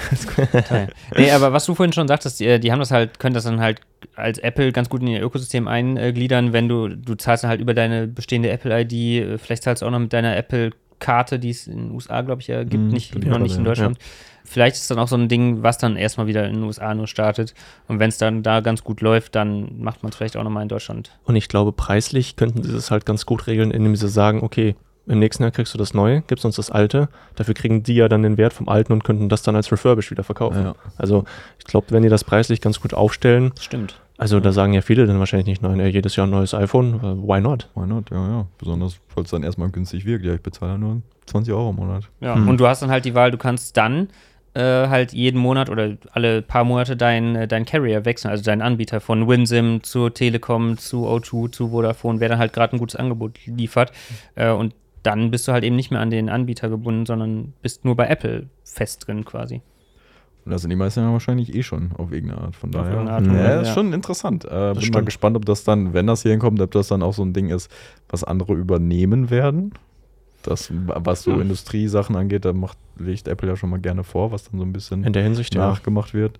Ja. Nee, aber was du vorhin schon sagtest, die, die haben das halt, können das dann halt als Apple ganz gut in ihr Ökosystem eingliedern, wenn du, du zahlst dann halt über deine bestehende Apple-I D, vielleicht zahlst du auch noch mit deiner Apple-Karte, die es in den U S A, glaube ich, ja gibt, mm, nicht, noch nicht in Deutschland. Ja. Vielleicht ist es dann auch so ein Ding, was dann erstmal wieder in den U S A nur startet. Und wenn es dann da ganz gut läuft, dann macht man es vielleicht auch nochmal in Deutschland. Und ich glaube, preislich könnten sie das halt ganz gut regeln, indem sie sagen, okay, im nächsten Jahr kriegst du das Neue, gibst uns das Alte. Dafür kriegen die ja dann den Wert vom Alten und könnten das dann als Refurbished wieder verkaufen. Ja. Also ich glaube, wenn die das preislich ganz gut aufstellen. Stimmt. Also da sagen ja viele dann wahrscheinlich nicht, nein, ey, jedes Jahr ein neues iPhone. Why not? Why not, ja, ja. Besonders, falls es dann erstmal günstig wirkt. Ja, ich bezahle ja nur zwanzig Euro im Monat. Ja, hm. Und du hast dann halt die Wahl, du kannst dann äh, halt jeden Monat oder alle paar Monate deinen dein Carrier wechseln, also deinen Anbieter von WinSim zu Telekom, zu O zwei, zu Vodafone, wer dann halt gerade ein gutes Angebot liefert. Äh, und dann bist du halt eben nicht mehr an den Anbieter gebunden, sondern bist nur bei Apple fest drin quasi. Und da sind die meisten ja wahrscheinlich eh schon auf irgendeine Art. Von daher, Art, ja, ja, ist schon interessant. Äh, bin mal gespannt, ob das dann, wenn das hier hinkommt, ob das dann auch so ein Ding ist, was andere übernehmen werden. Das, was so hm. Industriesachen angeht, da macht, legt Apple ja schon mal gerne vor, was dann so ein bisschen in der Hinsicht nachgemacht ja. wird.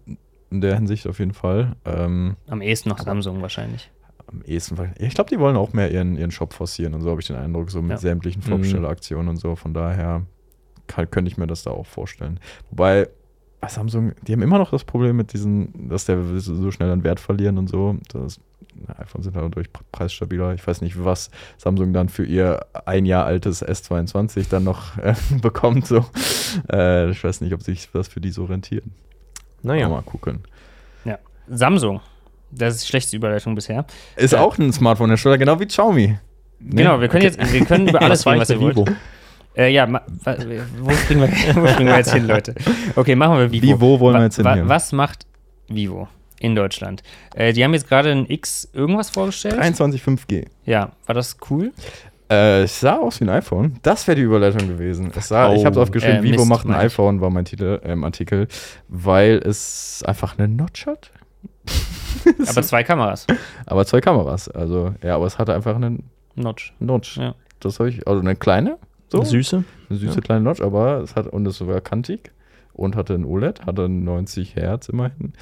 In der Hinsicht auf jeden Fall. Ähm, Am ehesten noch Samsung wahrscheinlich. Am ehesten, ich glaube, die wollen auch mehr ihren, ihren Shop forcieren und so, habe ich den Eindruck, so mit ja. sämtlichen Vorbestelleraktionen mhm. und so. Von daher kann, könnte ich mir das da auch vorstellen. Wobei, bei Samsung, die haben immer noch das Problem mit diesen, dass der so schnell an Wert verlieren und so. Das iPhone sind halt dadurch preisstabiler. Ich weiß nicht, was Samsung dann für ihr ein Jahr altes S zweiundzwanzig dann noch äh, bekommt. So. Äh, ich weiß nicht, ob sich das für die so rentiert. Naja. Mal gucken. Ja, Samsung. Das ist die schlechteste Überleitung bisher. Ist ja. auch ein Smartphone-Hersteller, genau wie Xiaomi. Genau, wir können okay. jetzt, wir können über alles reden, was ihr wollt. Äh, ja, ma, wa, wo, springen wir, wo springen wir jetzt hin, Leute? Okay, machen wir Vivo. Vivo wollen wir jetzt hin. Wa, was macht Vivo in Deutschland? Äh, die haben jetzt gerade ein X irgendwas vorgestellt. dreiundzwanzig fünf G. Ja, war das cool? Äh, es sah aus wie ein iPhone. Das wäre die Überleitung gewesen. Es sah, oh, ich habe es aufgeschrieben, äh, Vivo Mist, macht ein iPhone, war mein Titel äh, im Artikel, weil es einfach eine Notch hat. Aber zwei Kameras. Aber zwei Kameras. Also, ja, aber es hatte einfach einen Notch. Notch. Ja. Das habe ich, also eine kleine. So. Eine süße. Eine süße ja. kleine Notch, aber es hat, und es war kantig und hatte ein O L E D, hatte neunzig Hertz immerhin.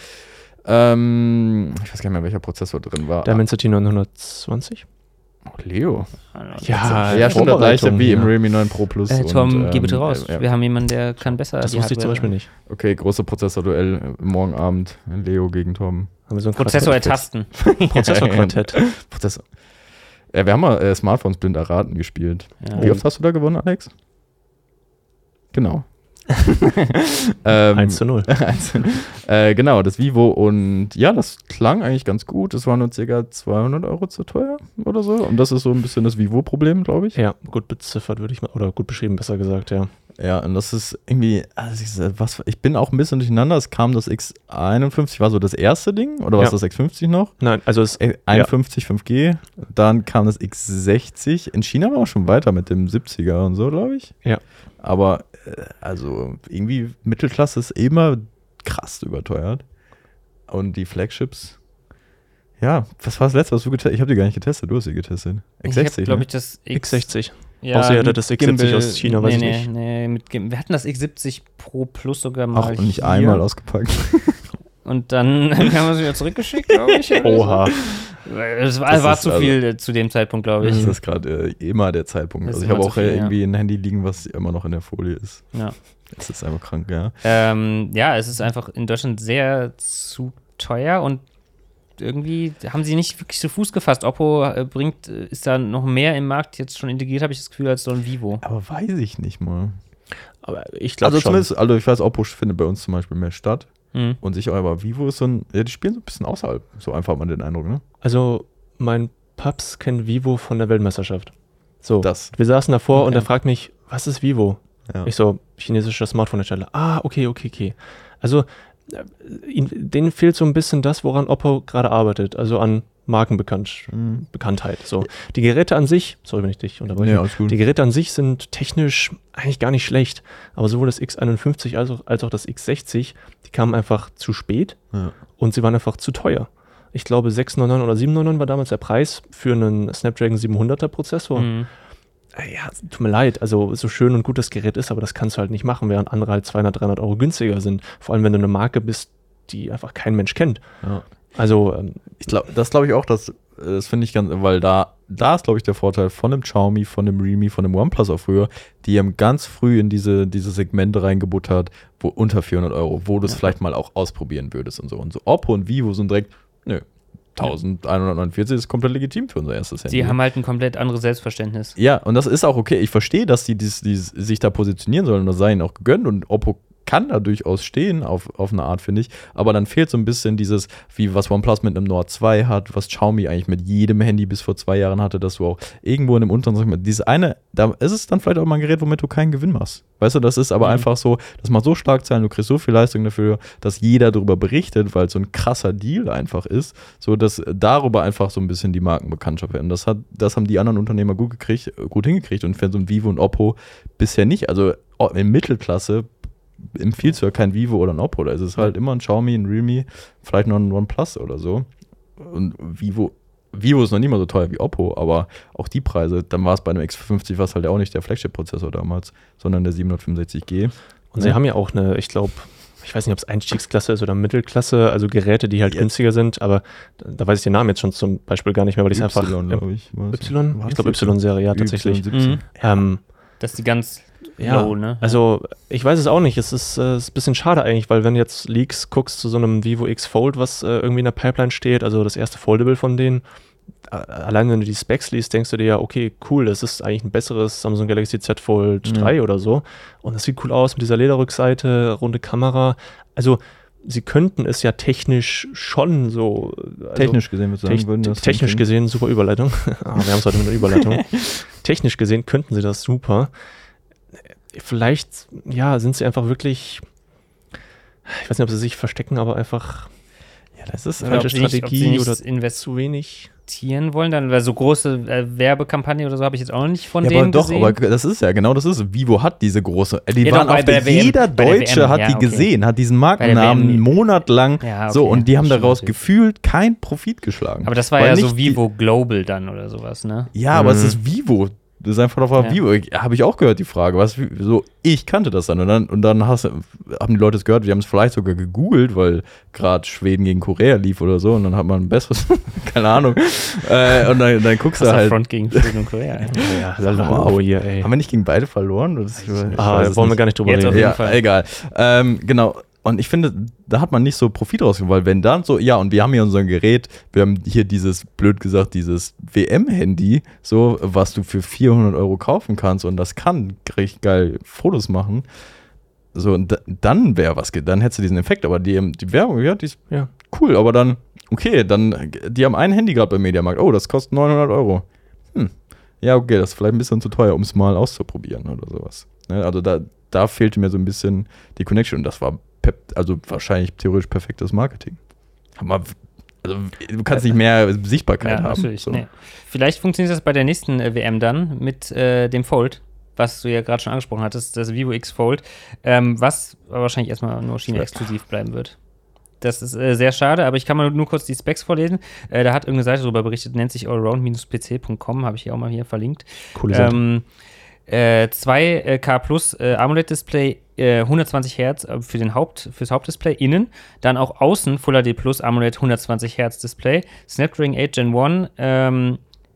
Ähm, ich weiß gar nicht mehr, welcher Prozessor drin war. Dimensity neunhundertzwanzig. Oh, Leo. Ja, ja, schon der gleiche wie ja. im Realme neun Pro Plus. Äh, Tom, und, ähm, geh bitte raus. Äh, ja. Wir haben jemanden, der kann besser. Das wusste ich zum Beispiel nicht. Okay, große Prozessorduell morgen Abend. Leo gegen Tom. Haben wir so ein Prozessor ertasten. Prozessorquartett. Prozessor. Ja, wir haben mal äh, Smartphones blind erraten gespielt. Ja. Wie oft hast du da gewonnen, Alex? Genau. ähm, eins zu null. äh, genau, das Vivo und ja, das klang eigentlich ganz gut. Es war nur ca. zweihundert Euro zu teuer oder so. Und das ist so ein bisschen das Vivo-Problem, glaube ich. Ja, gut beziffert würde ich mal, oder gut beschrieben, besser gesagt, ja. Ja, und das ist irgendwie, also ich, was, ich bin auch ein bisschen durcheinander. Es kam das X einundfünfzig, war so das erste Ding? Oder war es ja. das X fünfzig noch? Nein, also es einundfünfzig ja. fünf G. Dann kam das X sechzig. In China war auch schon weiter mit dem siebziger und so, glaube ich. Ja. Aber, also irgendwie Mittelklasse ist immer krass überteuert. Und die Flagships, ja, was war das letzte, was du getestet hast? Ich habe die gar nicht getestet, du hast sie getestet. X sechzig, glaube ne? ich, das X, X sechzig. Ja, außer ihr hattet das X siebzig aus China, weiß nee, ich nicht. Nee, mit Gim- wir hatten das X siebzig Pro Plus sogar mal. Ach, und nicht hier. Einmal ausgepackt. Und dann haben wir es wieder zurückgeschickt, glaube ich. Oha. Es war, war zu viel also, zu dem Zeitpunkt, glaube ich. Das ist gerade äh, immer der Zeitpunkt. Das also ich habe auch viel, äh, irgendwie ja. ein Handy liegen, was immer noch in der Folie ist. Ja. Das ist einfach krank, ja. Ähm, ja, es ist einfach in Deutschland sehr zu teuer und irgendwie haben sie nicht wirklich zu Fuß gefasst. Oppo äh, bringt, äh, ist da noch mehr im Markt jetzt schon integriert, habe ich das Gefühl, als so ein Vivo. Aber weiß ich nicht mal. Aber ich glaube also schon. Zumindest, also ich weiß, Oppo findet bei uns zum Beispiel mehr statt. Mhm. Und sicher, aber Vivo ist so ein, ja, die spielen so ein bisschen außerhalb. So einfach hat man den Eindruck, ne? Also mein Paps kennt Vivo von der Weltmeisterschaft. So, das. Wir saßen davor okay. und er fragt mich, was ist Vivo? Ja. Ich so, chinesischer Smartphone-Hersteller. Ah, okay, okay, okay. Also denen fehlt so ein bisschen das, woran Oppo gerade arbeitet, also an Markenbekanntheit. Mhm. So. Die Geräte an sich, sorry, wenn ich dich unterbreche, ja, alles gut. Die Geräte an sich sind technisch eigentlich gar nicht schlecht, aber sowohl das X einundfünfzig als auch, als auch das X sechzig, die kamen einfach zu spät ja. und sie waren einfach zu teuer. Ich glaube, sechshundertneunundneunzig oder siebenhundertneunundneunzig war damals der Preis für einen Snapdragon siebenhunderter Prozessor. Mhm. Ja, tut mir leid, also so schön und gut das Gerät ist, aber das kannst du halt nicht machen, während andere halt zweihundert, dreihundert Euro günstiger sind. Vor allem, wenn du eine Marke bist, die einfach kein Mensch kennt. Ja. Also, ähm, ich glaube, das glaube ich auch, dass, das finde ich ganz, weil da, da ist, glaube ich, der Vorteil von dem Xiaomi, von dem Realme, von dem OnePlus auch früher, die haben ganz früh in diese, diese Segmente reingebuttert, wo unter vierhundert Euro, wo du es ja. vielleicht mal auch ausprobieren würdest und so. Und so Oppo und Vivo sind direkt, nö, elfhundertneunundvierzig ist komplett legitim für unser erstes Handy. Die haben halt ein komplett anderes Selbstverständnis. Ja, und das ist auch okay. Ich verstehe, dass die, die, die sich da positionieren sollen und das sei ihnen auch gegönnt und Oppo kann da durchaus stehen, auf, auf eine Art, finde ich. Aber dann fehlt so ein bisschen dieses, wie was OnePlus mit einem Nord zwei hat, was Xiaomi eigentlich mit jedem Handy bis vor zwei Jahren hatte, dass du auch irgendwo in dem unteren Segment, dieses eine, da ist es dann vielleicht auch mal ein Gerät, womit du keinen Gewinn machst. Weißt du, das ist aber mhm. einfach so, das macht so stark Zahlen, du kriegst so viel Leistung dafür, dass jeder darüber berichtet, weil es so ein krasser Deal einfach ist, so dass darüber einfach so ein bisschen die Markenbekanntschaft werden. Das, hat, das haben die anderen Unternehmer gut gekriegt, gut hingekriegt und für so ein Vivo und Oppo bisher nicht. Also in Mittelklasse empfiehlst du ja kein Vivo oder ein Oppo, da ist es halt immer ein Xiaomi, ein Realme, vielleicht noch ein OnePlus oder so. Und Vivo, Vivo ist noch nicht mal so teuer wie Oppo, aber auch die Preise, dann war es bei einem X fünfzig war es halt auch nicht der Flagship-Prozessor damals, sondern der siebenhundertfünfundsechzig G. Und ja. sie haben ja auch eine, ich glaube, ich weiß nicht, ob es Einstiegsklasse ist oder Mittelklasse, also Geräte, die halt ja. günstiger sind, aber da, da weiß ich den Namen jetzt schon zum Beispiel gar nicht mehr, weil ich es einfach... Y, glaube ich. Y? Ich glaube Y-Serie, ja, tatsächlich. Mhm. Ähm, das ist die ganz... Ja, low, ne? Also ich weiß es auch nicht. Es ist, äh, ist ein bisschen schade eigentlich, weil wenn du jetzt Leaks guckst zu so einem Vivo X Fold, was äh, irgendwie in der Pipeline steht, also das erste Foldable von denen, äh, allein wenn du die Specs liest, denkst du dir ja, okay, cool, das ist eigentlich ein besseres Samsung Galaxy Z Fold mhm. drei oder so. Und das sieht cool aus mit dieser Lederrückseite, runde Kamera. Also sie könnten es ja technisch schon so... Also technisch gesehen, würde ich sagen. Te- technisch gesehen, super Überleitung. ah, wir haben es heute mit einer Überleitung. Technisch gesehen könnten sie das super. Vielleicht, ja, sind sie einfach wirklich, ich weiß nicht, ob sie sich verstecken, aber einfach, ja, das ist falsche ob Strategie nicht, oder invest- zu wenig investieren wollen, dann, weil so große äh, Werbekampagne oder so habe ich jetzt auch noch nicht von ja, denen aber doch, gesehen. aber das ist ja, genau das ist es. Vivo hat diese große, die ja, waren doch, auf der, der jeder W M, Deutsche W M, hat ja, die okay. gesehen, hat diesen Markennamen monatelang, ja, okay, so, und die haben daraus natürlich. gefühlt kein Profit geschlagen. Aber das war ja so Vivo Global dann oder sowas, ne? Ja, mhm. aber es ist Vivo. Das ist einfach auf ja. Vivo. Habe ich auch gehört, die Frage. Was, so, ich kannte das dann. Und dann, und dann hast, haben die Leute es gehört, die haben es vielleicht sogar gegoogelt, weil gerade Schweden gegen Korea lief oder so. Und dann hat man ein besseres, keine Ahnung. äh, und dann, dann guckst das du halt. Front gegen Schweden und Korea. ja, wow, hier, ey. Haben wir nicht gegen beide verloren? Das, ich, ah, da wollen wir gar nicht drüber Jetzt reden. auf jeden ja, Fall. Egal. Ähm, genau. Und ich finde, da hat man nicht so Profit rausgeholt, weil wenn dann so, ja, und wir haben hier unser Gerät, wir haben hier dieses, blöd gesagt, dieses W M-Handy, so, was du für vierhundert Euro kaufen kannst und das kann richtig geil Fotos machen, so, und da, dann wäre was, dann hättest du diesen Effekt, aber die, die Werbung, ja, die ist ja cool, aber dann, okay, dann, die haben ein Handy gerade beim Mediamarkt, oh, das kostet neunhundert Euro. Hm, ja, okay, das ist vielleicht ein bisschen zu teuer, um es mal auszuprobieren oder sowas. Ne, also da, da fehlte mir so ein bisschen die Connection und das war also wahrscheinlich theoretisch perfektes Marketing. Aber, also, du kannst nicht mehr Sichtbarkeit ja, haben. Natürlich, so. nee. Vielleicht funktioniert das bei der nächsten äh, W M dann mit äh, dem Fold, was du ja gerade schon angesprochen hattest, das Vivo X Fold, ähm, was wahrscheinlich erstmal nur China-exklusiv bleiben wird. Das ist äh, sehr schade, aber ich kann mal nur kurz die Specs vorlesen. Äh, da hat irgendeine Seite darüber berichtet, nennt sich allround Bindestrich p c punkt com, habe ich hier auch mal hier verlinkt. Coole Seite. Ähm, Äh, zwei K Plus äh, AMOLED-Display, äh, hundertzwanzig Hertz für den Haupt, fürs Hauptdisplay innen, dann auch außen Full H D Plus AMOLED hundertzwanzig Hertz Display, Snapdragon acht Gen eins, ähm,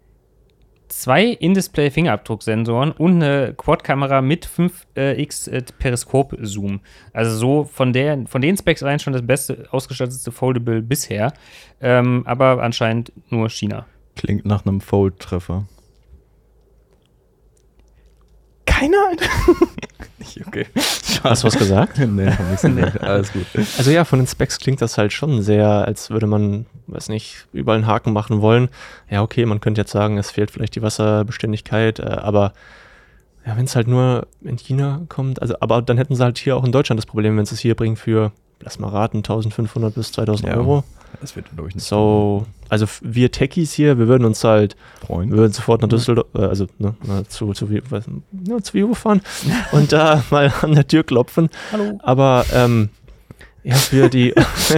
zwei In-Display-Fingerabdrucksensoren und eine Quad-Kamera mit fünf x äh, Periskop-Zoom. Also so von, der, von den Specs rein schon das beste, ausgestattetste Foldable bisher, ähm, aber anscheinend nur China. Klingt nach einem Fold-Treffer. Keiner? Okay. Hast du was gesagt? Nee, hab nichts gesagt. Alles gut. Also ja, von den Specs klingt das halt schon sehr, als würde man, weiß nicht, überall einen Haken machen wollen. Ja, okay, man könnte jetzt sagen, es fehlt vielleicht die Wasserbeständigkeit, äh, aber ja, wenn es halt nur in China kommt, also aber dann hätten sie halt hier auch in Deutschland das Problem, wenn sie es hier bringen für, lass mal raten, eintausendfünfhundert bis zweitausend ja, Euro. Das wird, glaube ich, nicht so. Also wir Techies hier, wir würden uns halt freuen. Wir würden sofort nach Düsseldorf, äh, also ne, zu, zu, was, ja, zu Vivo fahren und da mal an der Tür klopfen. Hallo. Aber ähm, Ja, für die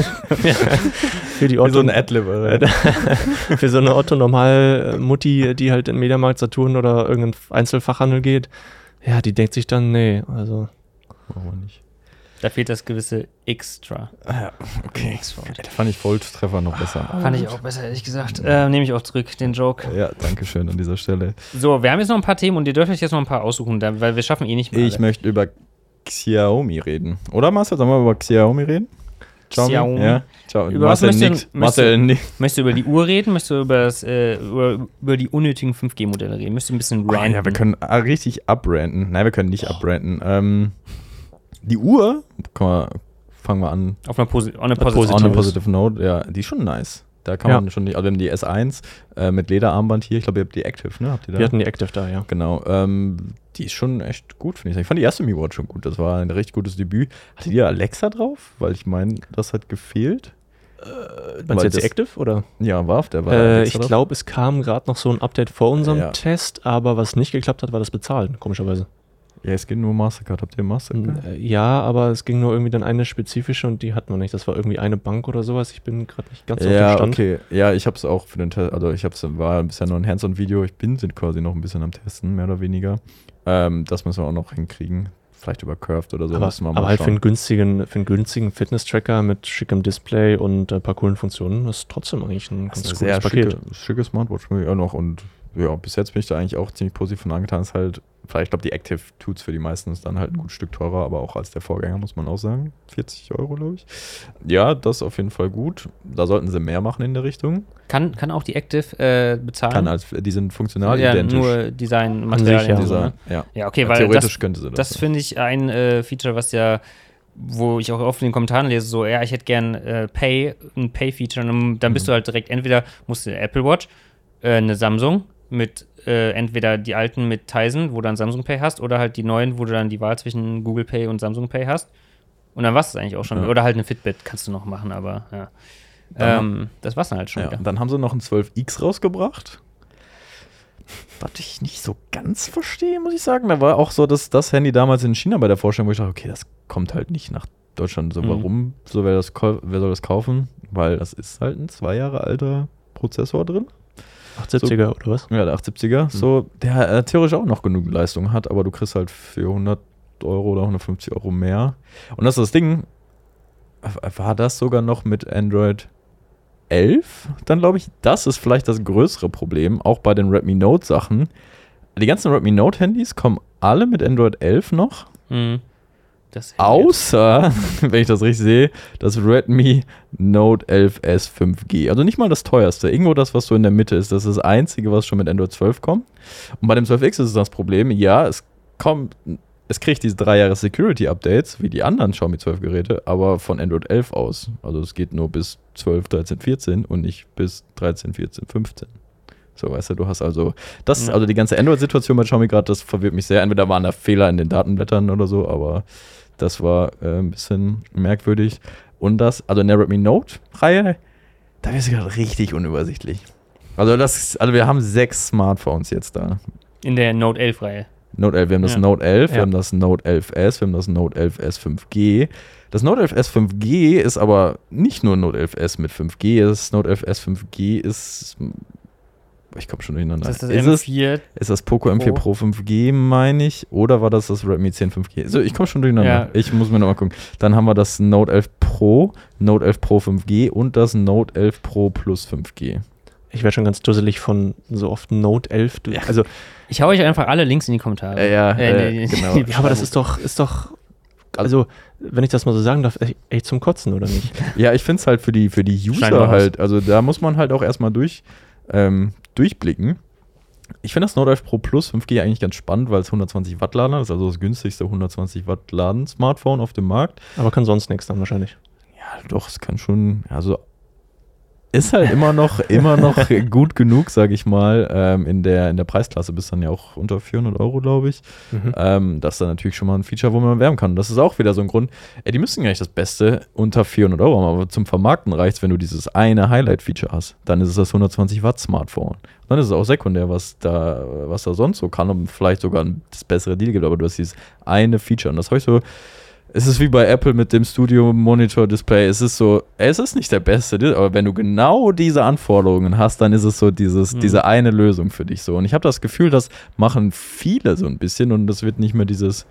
für die Otto, so ein Adlib, oder? Für so eine Otto-Normal-Mutti, die halt in Mediamarkt, Saturn oder irgendeinen Einzelfachhandel geht, ja, die denkt sich dann, nee, also machen wir nicht. Da fehlt das gewisse Extra. Ah, okay. Extra. Da fand ich Volltreffer noch besser. Oh, fand ich auch besser, ehrlich gesagt. Äh, Nehme ich auch zurück, den Joke. Ja, danke schön an dieser Stelle. So, wir haben jetzt noch ein paar Themen und ihr dürft euch jetzt noch ein paar aussuchen, weil wir schaffen eh nicht mehr. Ich alle. möchte über Xiaomi reden. Oder Marcel, sollen wir über Xiaomi reden? Xiaomi? Xiaomi. Ja. Ciao. Über Marcel was nickt. Marcel nickt. Möchtest du über die Uhr reden? Möchtest du über, das, äh, über, über die unnötigen fünf G Modelle reden? Möchtest du ein bisschen ranten? Oh, ja, wir können ah, richtig abbranden. Nein, wir können nicht oh. abbranden. Ähm, die Uhr, komm mal, fangen wir an. Auf einer, Posi- on a positive, on a positive Note, ja, die ist schon nice. Da kann ja. man schon nicht, also wir haben die S eins äh, mit Lederarmband hier. Ich glaube, ihr habt die Active, ne? Habt ihr da? Wir hatten die Active da, ja. Genau. Ähm, die ist schon echt gut, finde ich. Ich fand die erste Mi Watch schon gut. Das war ein richtig gutes Debüt. Hatte die Alexa drauf? Weil ich meine, das hat gefehlt. Äh, meinst du jetzt die Active, oder? Ja, war auf der. War äh, ich glaube, es kam gerade noch so ein Update vor unserem ja. Test, aber was nicht geklappt hat, war das Bezahlen, komischerweise. Ja, es geht nur Mastercard. Habt ihr Mastercard? Ja, aber es ging nur irgendwie dann eine spezifische und die hatten wir nicht. Das war irgendwie eine Bank oder sowas. Ich bin gerade nicht ganz ja, auf dem Stand. Okay. Ja, ich habe es auch für den Test, also ich habe es, war bisher nur ein Hands-on-Video. Ich bin sind quasi noch ein bisschen am Testen, mehr oder weniger. Ähm, das müssen wir auch noch hinkriegen. Vielleicht über Curved oder so. Aber, müssen wir mal aber halt für einen günstigen, für einen günstigen Fitness-Tracker mit schickem Display und ein paar coolen Funktionen ist trotzdem eigentlich ein ganz gutes sehr Paket. Schicke, schicke Smartwatch auch noch und ja, bis jetzt bin ich da eigentlich auch ziemlich positiv von angetan. Ist halt, vielleicht, ich glaube, die Active tut's für die meisten, ist dann halt ein gutes Stück teurer, aber auch als der Vorgänger, muss man auch sagen. vierzig Euro, glaube ich. Ja, das ist auf jeden Fall gut. Da sollten sie mehr machen in der Richtung. Kann, kann auch die Active äh, bezahlen? Kann, als, die sind funktional ja, identisch. nur Design, Materialien. Ja, so, Design, ne? ja. ja, okay, ja, weil theoretisch das, könnte sie das. Das finde ich ein äh, Feature, was ja, wo ich auch oft in den Kommentaren lese, so, ja, ich hätte gern äh, Pay, ein Pay-Feature, und dann bist mhm. du halt direkt, entweder musst du eine Apple Watch, äh, eine Samsung mit äh, entweder die alten mit Tizen, wo du dann Samsung Pay hast, oder halt die neuen, wo du dann die Wahl zwischen Google Pay und Samsung Pay hast. Und dann war's es eigentlich auch schon. Ja. Oder halt eine Fitbit kannst du noch machen, aber ja. Ähm, das war's dann halt schon. Ja, dann haben sie noch ein zwölf X rausgebracht. Was ich nicht so ganz verstehe, muss ich sagen. Da war auch so das, das Handy damals in China bei der Vorstellung, wo ich dachte, okay, das kommt halt nicht nach Deutschland. So, mhm. warum? So, wer, das, wer soll das kaufen? Weil das ist halt ein zwei Jahre alter Prozessor drin. achtundsiebziger so, oder was? Ja, der achtundsiebziger. Mhm. So, der äh, theoretisch auch noch genug Leistung hat, aber du kriegst halt für hundert Euro oder hundertfünfzig Euro mehr. Und das ist das Ding, war das sogar noch mit Android elf? Dann glaube ich, das ist vielleicht das größere Problem, auch bei den Redmi Note Sachen. Die ganzen Redmi Note Handys kommen alle mit Android elf noch. Mhm. Das Außer, wenn ich das richtig sehe, das Redmi Note elf S fünf G. Also nicht mal das teuerste. Irgendwo das, was so in der Mitte ist. Das ist das Einzige, was schon mit Android zwölf kommt. Und bei dem zwölf X ist es das Problem, ja, es kommt, es kriegt diese drei Jahre Security-Updates, wie die anderen Xiaomi zwölf Geräte, aber von Android elf aus. Also es geht nur bis zwölf, dreizehn, vierzehn und nicht bis dreizehn, vierzehn, fünfzehn. So, weißt du, du hast also das, ja. also die ganze Android-Situation bei Xiaomi gerade, das verwirrt mich sehr. Entweder waren da Fehler in den Datenblättern oder so, aber das war äh, ein bisschen merkwürdig. Und das, also in der Redmi Note-Reihe, da ist es gerade richtig unübersichtlich. Also das, also wir haben sechs Smartphones jetzt da. In der Note elf-Reihe. Note elf, wir haben das ja. Note elf, ja. wir haben das Note elf S, wir haben das Note elf S fünf G. Das Note elf S fünf G ist aber nicht nur Note elf S mit fünf G, das Note elf S fünf G ist, ich komme schon durcheinander. Das ist das ist M vier es, ist das Poco Pro. M vier Pro fünf G, meine ich, oder war das das Redmi zehn fünf G? So, ich komme schon durcheinander. Ja. Ich muss mir nochmal gucken. Dann haben wir das Note elf Pro, Note elf Pro fünf G und das Note elf Pro Plus fünf G. Ich werde schon ganz dusselig von so oft Note elf. Ja. Also ich hau euch einfach alle Links in die Kommentare. Äh, ja, äh, äh, genau. Ja, aber das ist doch, ist doch, also wenn ich das mal so sagen darf, echt zum Kotzen, oder nicht? Ja, ich finde es halt für die, für die User halt, also da muss man halt auch erstmal durch, ähm, durchblicken. Ich finde das Note elf Pro Plus fünf G eigentlich ganz spannend, weil es hundertzwanzig Watt Lader ist, also das günstigste hundertzwanzig Watt Laden-Smartphone auf dem Markt. Aber kann sonst nichts dann wahrscheinlich. Ja, doch, es kann schon, also ist halt immer noch, immer noch gut genug, sage ich mal, ähm, in der, in der Preisklasse, bis dann ja auch unter vierhundert Euro, glaube ich. Mhm. Ähm, das ist dann natürlich schon mal ein Feature, wo man werben kann. Und das ist auch wieder so ein Grund, ey, die müssen ja nicht das Beste unter vierhundert Euro haben, aber zum Vermarkten reicht es, wenn du dieses eine Highlight-Feature hast. Dann ist es das hundertzwanzig Watt Smartphone. Dann ist es auch sekundär, was da, was da sonst so kann und vielleicht sogar das bessere Deal gibt, aber du hast dieses eine Feature. Und das habe ich so es ist wie bei Apple mit dem Studio-Monitor-Display. Es ist so, es ist nicht der beste, aber wenn du genau diese Anforderungen hast, dann ist es so dieses, mhm. diese eine Lösung für dich so. Und ich habe das Gefühl, das machen viele so ein bisschen und das wird nicht mehr dieses,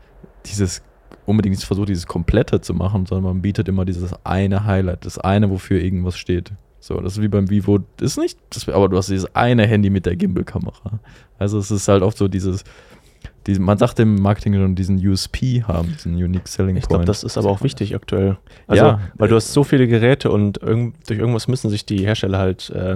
dieses unbedingt versucht, dieses Komplette zu machen, sondern man bietet immer dieses eine Highlight, das eine, wofür irgendwas steht. So, das ist wie beim Vivo, das ist nicht, das, aber du hast dieses eine Handy mit der Gimbal-Kamera. Also es ist halt oft so dieses, diese, man sagt im Marketing schon diesen U S P haben, diesen Unique Selling Point. Ich glaube, das ist aber auch wichtig aktuell. Also, ja, weil du hast so viele Geräte und irgend, durch irgendwas müssen sich die Hersteller halt, äh,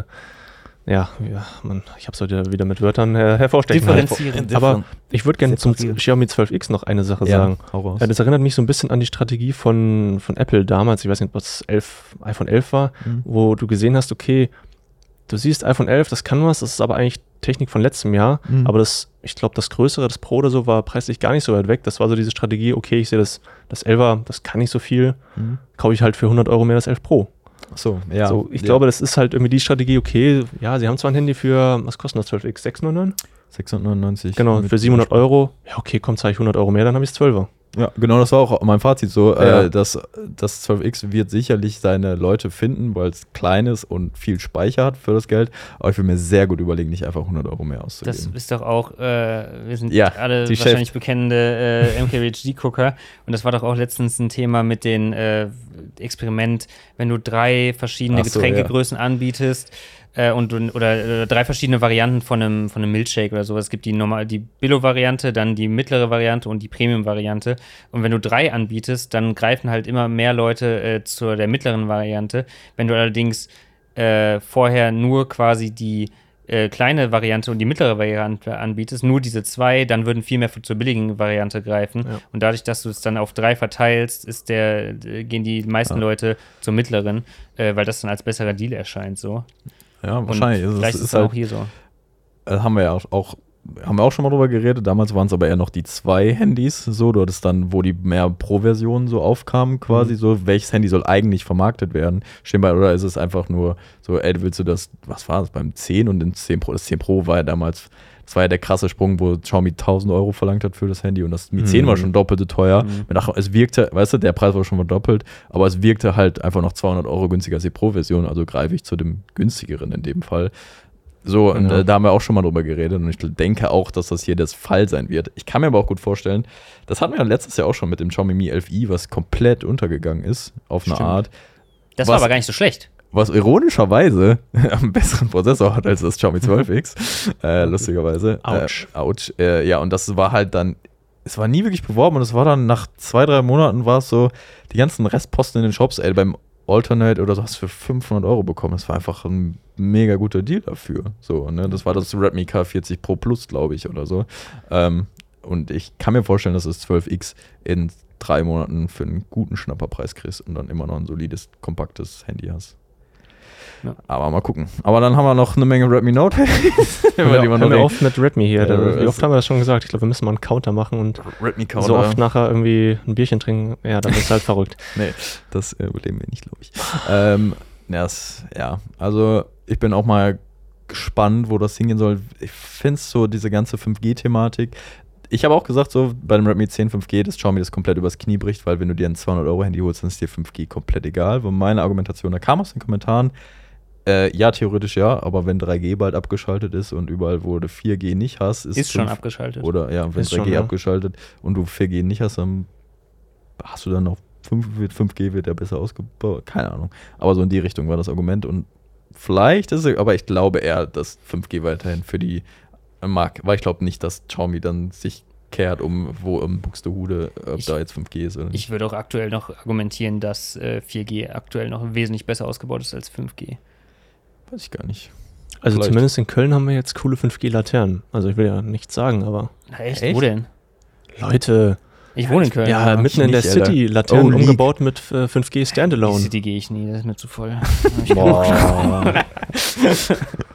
ja, ja man, ich habe es heute wieder mit Wörtern her hervorstechen. Differenzieren. Aber ich würde gerne zum Xiaomi zwölf X noch eine Sache ja, sagen. Hau raus. Ja, das erinnert mich so ein bisschen an die Strategie von, von Apple damals, ich weiß nicht, was elf, iPhone elf war, mhm. wo du gesehen hast, okay, du siehst iPhone elf, das kann was, das ist aber eigentlich Technik von letztem Jahr, mhm. aber das, ich glaube, das Größere, das Pro oder so, war preislich gar nicht so weit weg. Das war so diese Strategie, okay, ich sehe das, das elfer, das kann nicht so viel, mhm. kaufe ich halt für hundert Euro mehr das elf Pro. Ach so, ja. So, ich ja. glaube, das ist halt irgendwie die Strategie, okay, ja, sie haben zwar ein Handy für, was kostet das zwölf X? sechshundertneunundneunzig? sechshundertneunundneunzig. Genau, für siebenhundert Euro, ja okay, komm, zahle ich hundert Euro mehr, dann habe ich das zwölfer. Ja, genau, das war auch mein Fazit so. Ja. Äh, das, das zwölf X wird sicherlich seine Leute finden, weil es klein ist und viel Speicher hat für das Geld. Aber ich will mir sehr gut überlegen, nicht einfach hundert Euro mehr auszugeben. Das ist doch auch, äh, wir sind ja, alle wahrscheinlich Chef. bekennende äh, M K B H D-Gucker. Und das war doch auch letztens ein Thema mit dem äh, Experiment, wenn du drei verschiedene so, Getränkegrößen ja. anbietest. Und, oder, oder drei verschiedene Varianten von einem, von einem Milkshake oder sowas. Es gibt die normal, die Billo-Variante, dann die mittlere Variante und die Premium-Variante. Und wenn du drei anbietest, dann greifen halt immer mehr Leute äh, zu der mittleren Variante. Wenn du allerdings äh, vorher nur quasi die äh, kleine Variante und die mittlere Variante anbietest, nur diese zwei, dann würden viel mehr zur billigen Variante greifen. Ja. Und dadurch, dass du es dann auf drei verteilst, ist der, gehen die meisten ja. Leute zur mittleren, äh, weil das dann als besserer Deal erscheint. So. Ja, wahrscheinlich. Und vielleicht ist es halt, auch hier so. Äh, haben wir ja auch, haben wir auch schon mal drüber geredet. Damals waren es aber eher noch die zwei Handys, so, du hattest dann, wo die mehr Pro-Versionen so aufkamen, quasi, mhm. so, welches Handy soll eigentlich vermarktet werden? Stehen oder ist es einfach nur so, ey, willst du das, was war das, beim zehn und dem zehn Pro, das zehn Pro war ja damals, das war ja der krasse Sprung, wo Xiaomi tausend Euro verlangt hat für das Handy und das Mi mhm. zehn war schon doppelte teuer. Mhm. Dachte, es wirkte, weißt du, der Preis war schon mal doppelt, aber es wirkte halt einfach noch zweihundert Euro günstiger als die Pro-Version, also greife ich zu dem günstigeren in dem Fall. So, und ja. äh, da haben wir auch schon mal drüber geredet und ich denke auch, dass das hier der Fall sein wird. Ich kann mir aber auch gut vorstellen, das hatten wir ja letztes Jahr auch schon mit dem Xiaomi Mi elf i, was komplett untergegangen ist, auf eine Stimmt. Art. Das was, war aber gar nicht so schlecht. Was ironischerweise einen besseren Prozessor hat als das Xiaomi zwölf X, äh, lustigerweise. Autsch. Äh, ouch. Äh, ja, und das war halt dann, es war nie wirklich beworben und es war dann nach zwei, drei Monaten war es so, die ganzen Restposten in den Shops, ey, beim Alternate oder so hast du für fünfhundert Euro bekommen. Das war einfach ein mega guter Deal dafür. So, ne? Das war das Redmi K vierzig Pro Plus, glaube ich, oder so. Ähm, und ich kann mir vorstellen, dass das zwölf X in drei Monaten für einen guten Schnapperpreis kriegst und dann immer noch ein solides, kompaktes Handy hast. Ja. Aber mal gucken. Aber dann haben wir noch eine Menge Redmi Note. Hör ja, wir oft mit Redmi hier. Ja, wie oft haben wir das schon gesagt? Ich glaube, wir müssen mal einen Counter machen und Redmi-Counter. So oft nachher irgendwie ein Bierchen trinken. Ja, dann ist halt verrückt. Nee, das äh, überleben wir nicht, glaube ich. ähm, ja, das, ja, also ich bin auch mal gespannt, wo das hingehen soll. Ich finde es so, diese ganze fünf G-Thematik. Ich habe auch gesagt, so bei dem Redmi zehn fünf G, dass Xiaomi das komplett übers Knie bricht, weil wenn du dir ein zweihundert Euro Handy holst, dann ist dir fünf G komplett egal. Wo meine Argumentation, da kam aus den Kommentaren, Äh, ja, theoretisch ja, aber wenn drei G bald abgeschaltet ist und überall, wo du vier G nicht hast, ist, ist schon abgeschaltet. Oder ja, wenn ist drei G schon, ja. abgeschaltet und du vier G nicht hast, dann hast du dann noch fünf G, wird der besser ausgebaut. Keine Ahnung. Aber so in die Richtung war das Argument und vielleicht ist es, aber ich glaube eher, dass fünf G weiterhin für die Marke, weil ich glaube nicht, dass Xiaomi dann sich kehrt, um wo im Buxtehude, ob ich, da jetzt fünf G ist oder nicht. Ich würde auch aktuell noch argumentieren, dass äh, vier G aktuell noch wesentlich besser ausgebaut ist als fünf G. Weiß ich gar nicht. Also Vielleicht. Zumindest in Köln haben wir jetzt coole fünf G-Laternen. Also ich will ja nichts sagen, aber... Na echt? Echt? Wo denn? Leute... Ich wohne in Köln. Ja, ja mitten in der City. Laternen oh, umgebaut mit äh, fünf G Standalone. In die City gehe ich nie, das ist mir zu voll. Boah.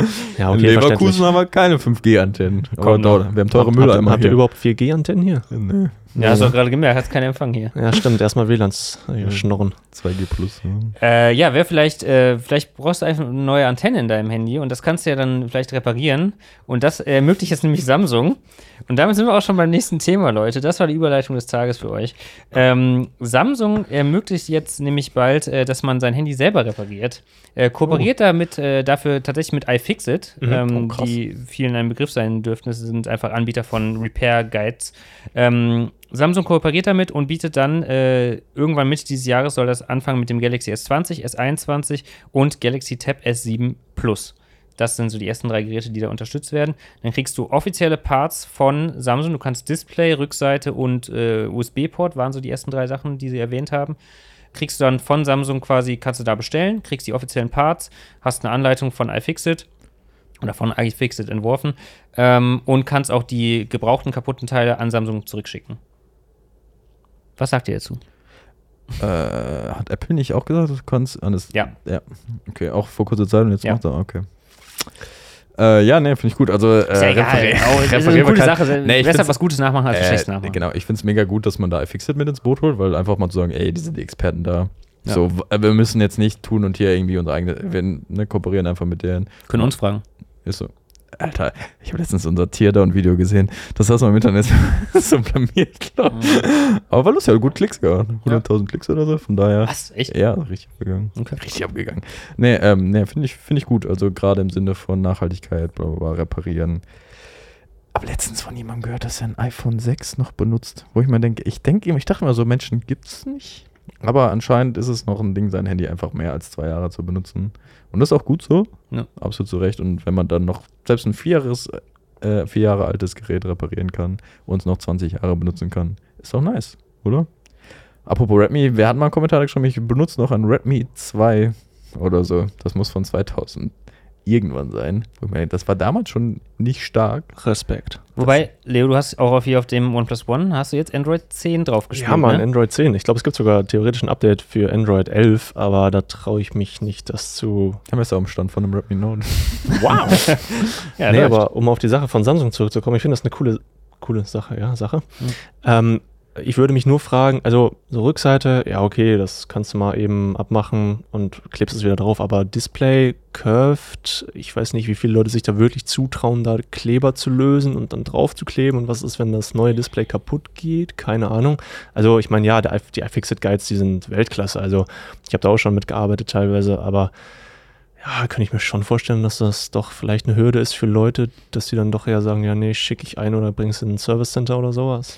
Ja, okay, in Leverkusen haben wir keine fünf G Antennen. Aber dort, wir haben teure Mülleimer. Habt ihr überhaupt vier G Antennen hier? Nee. Ja, hast du gerade gemerkt, hat keinen Empfang hier. Ja, stimmt, erstmal W L A Ns ja, schnorren. zwei G plus. Ja, äh, ja wäre vielleicht, äh, vielleicht brauchst du einfach eine neue Antenne in deinem Handy und das kannst du ja dann vielleicht reparieren. Und das ermöglicht jetzt nämlich Samsung. Und damit sind wir auch schon beim nächsten Thema, Leute. Das war die Überleitung des Tages für euch. Ähm, Samsung ermöglicht jetzt nämlich bald, äh, dass man sein Handy selber repariert. Äh, kooperiert oh. damit äh, dafür tatsächlich mit iFixit, mhm. ähm, oh, die vielen ein Begriff sein dürften. Das sind einfach Anbieter von Repair Guides. Ähm, Samsung kooperiert damit und bietet dann äh, irgendwann Mitte dieses Jahres soll das anfangen mit dem Galaxy S zwanzig, S einundzwanzig und Galaxy Tab S sieben Plus. Das sind so die ersten drei Geräte, die da unterstützt werden. Dann kriegst du offizielle Parts von Samsung. Du kannst Display, Rückseite und äh, U S B-Port, waren so die ersten drei Sachen, die sie erwähnt haben. Kriegst du dann von Samsung quasi, kannst du da bestellen, kriegst die offiziellen Parts, hast eine Anleitung von iFixit oder von iFixit entworfen ähm, und kannst auch die gebrauchten, kaputten Teile an Samsung zurückschicken. Was sagt ihr dazu? Äh, hat Apple nicht auch gesagt, du kannst alles? Ja. Ja. Okay, auch vor kurzer Zeit und jetzt ja. macht er, okay. Äh, ja, ne, finde ich gut. Also, äh, ist ja egal. Reparier- das ist eine gute Sache. Nee, besser was Gutes nachmachen als was äh, Schlechtes nachmachen. Genau, ich finde es mega gut, dass man da iFixit mit ins Boot holt, weil einfach mal zu sagen, ey, die sind die Experten da. Ja. So, wir müssen jetzt nicht tun und hier irgendwie unsere eigene, wir ne, kooperieren einfach mit deren. Können uns fragen. Ist so. Alter, ich habe letztens unser Teardown-Video gesehen. Das hast du im Internet so blamiert, glaube ich. Mhm. Aber war lustig, hat gut Klicks gehabt. hunderttausend ja. Klicks oder so, von daher. Was? Echt? Ja, richtig abgegangen. Okay. Richtig abgegangen. Nee, ähm, nee finde ich, find ich gut. Also gerade im Sinne von Nachhaltigkeit, bla, bla, bla, reparieren. Aber letztens von jemandem gehört, dass er ein iPhone sechs noch benutzt. Wo ich mir denke, ich denke, ich dachte immer so, Menschen gibt's nicht. Aber anscheinend ist es noch ein Ding, sein Handy einfach mehr als zwei Jahre zu benutzen. Und das ist auch gut so. Ja. Absolut zu Recht. Und wenn man dann noch selbst ein vier, Jahres, äh, vier Jahre altes Gerät reparieren kann und es noch zwanzig Jahre benutzen kann, ist doch nice, oder? Apropos Redmi, wer hat mal einen Kommentar geschrieben, ich benutze noch ein Redmi zwei oder so. Das muss von zweitausend irgendwann sein. Das war damals schon nicht stark. Respekt. Wobei, Leo, du hast auch hier auf dem OnePlus One, hast du jetzt Android zehn draufgespielt, Ja, Mann, ne? Android zehn. Ich glaube, es gibt sogar theoretisch ein Update für Android elf, aber da traue ich mich nicht, das zu... Haben wir es ja am Stand von einem Redmi Note. Wow! ja, nee, läuft. Aber um auf die Sache von Samsung zurückzukommen, ich finde das eine coole, coole Sache, ja, Sache. Mhm. Ähm, ich würde mich nur fragen, also so Rückseite, ja okay, das kannst du mal eben abmachen und klebst es wieder drauf, aber Display, curved, ich weiß nicht, wie viele Leute sich da wirklich zutrauen, da Kleber zu lösen und dann drauf zu kleben und was ist, wenn das neue Display kaputt geht, keine Ahnung. Also ich meine, ja, der, die iFixit Guides, die sind Weltklasse, also ich habe da auch schon mitgearbeitet teilweise, aber ja, kann ich mir schon vorstellen, dass das doch vielleicht eine Hürde ist für Leute, dass die dann doch eher sagen, ja nee, schicke ich ein oder bring's in ein Service Center oder sowas.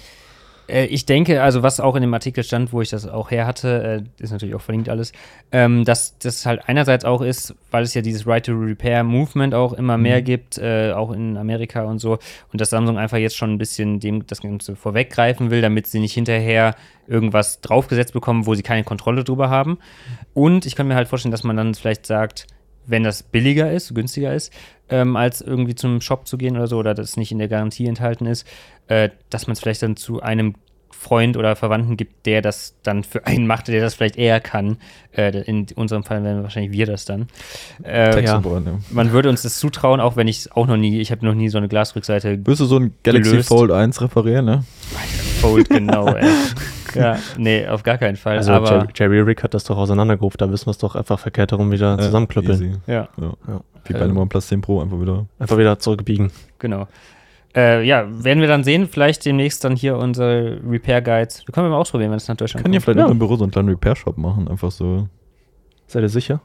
Ich denke, also was auch in dem Artikel stand, wo ich das auch her hatte, ist natürlich auch verlinkt alles, ähm, dass das halt einerseits auch ist, weil es ja dieses Right-to-Repair-Movement auch immer mehr mhm. gibt, äh, auch in Amerika und so, und dass Samsung einfach jetzt schon ein bisschen dem das Ganze vorweggreifen will, damit sie nicht hinterher irgendwas draufgesetzt bekommen, wo sie keine Kontrolle drüber haben. Und ich kann mir halt vorstellen, dass man dann vielleicht sagt, wenn das billiger ist, günstiger ist, ähm, als irgendwie zum Shop zu gehen oder so, oder das nicht in der Garantie enthalten ist, äh, dass man es vielleicht dann zu einem Freund oder Verwandten gibt, der das dann für einen macht, der das vielleicht eher kann. Äh, in unserem Fall wären wahrscheinlich wir das dann. Äh, ja. Man würde uns das zutrauen, auch wenn ich es auch noch nie, ich habe noch nie so eine Glasrückseite Würdest du so ein Galaxy gelöst. Fold eins reparieren, ne? Fold, genau, ey. Ja, nee, auf gar keinen Fall. Also aber Jerry Rick hat das doch auseinandergerufen, da müssen wir es doch einfach verkehrt herum wieder äh, zusammenklöppeln. Ja. ja. ja. Wie bei dem OnePlus zehn Pro einfach wieder. Einfach wieder zurückbiegen. Genau. Äh, ja, werden wir dann sehen, vielleicht demnächst dann hier unsere Repair-Guides. Wir können mal ausprobieren, wenn es nach Deutschland kommt. Können ihr vielleicht ja. im Büro so einen kleinen Repair-Shop machen, einfach so. Seid ihr sicher?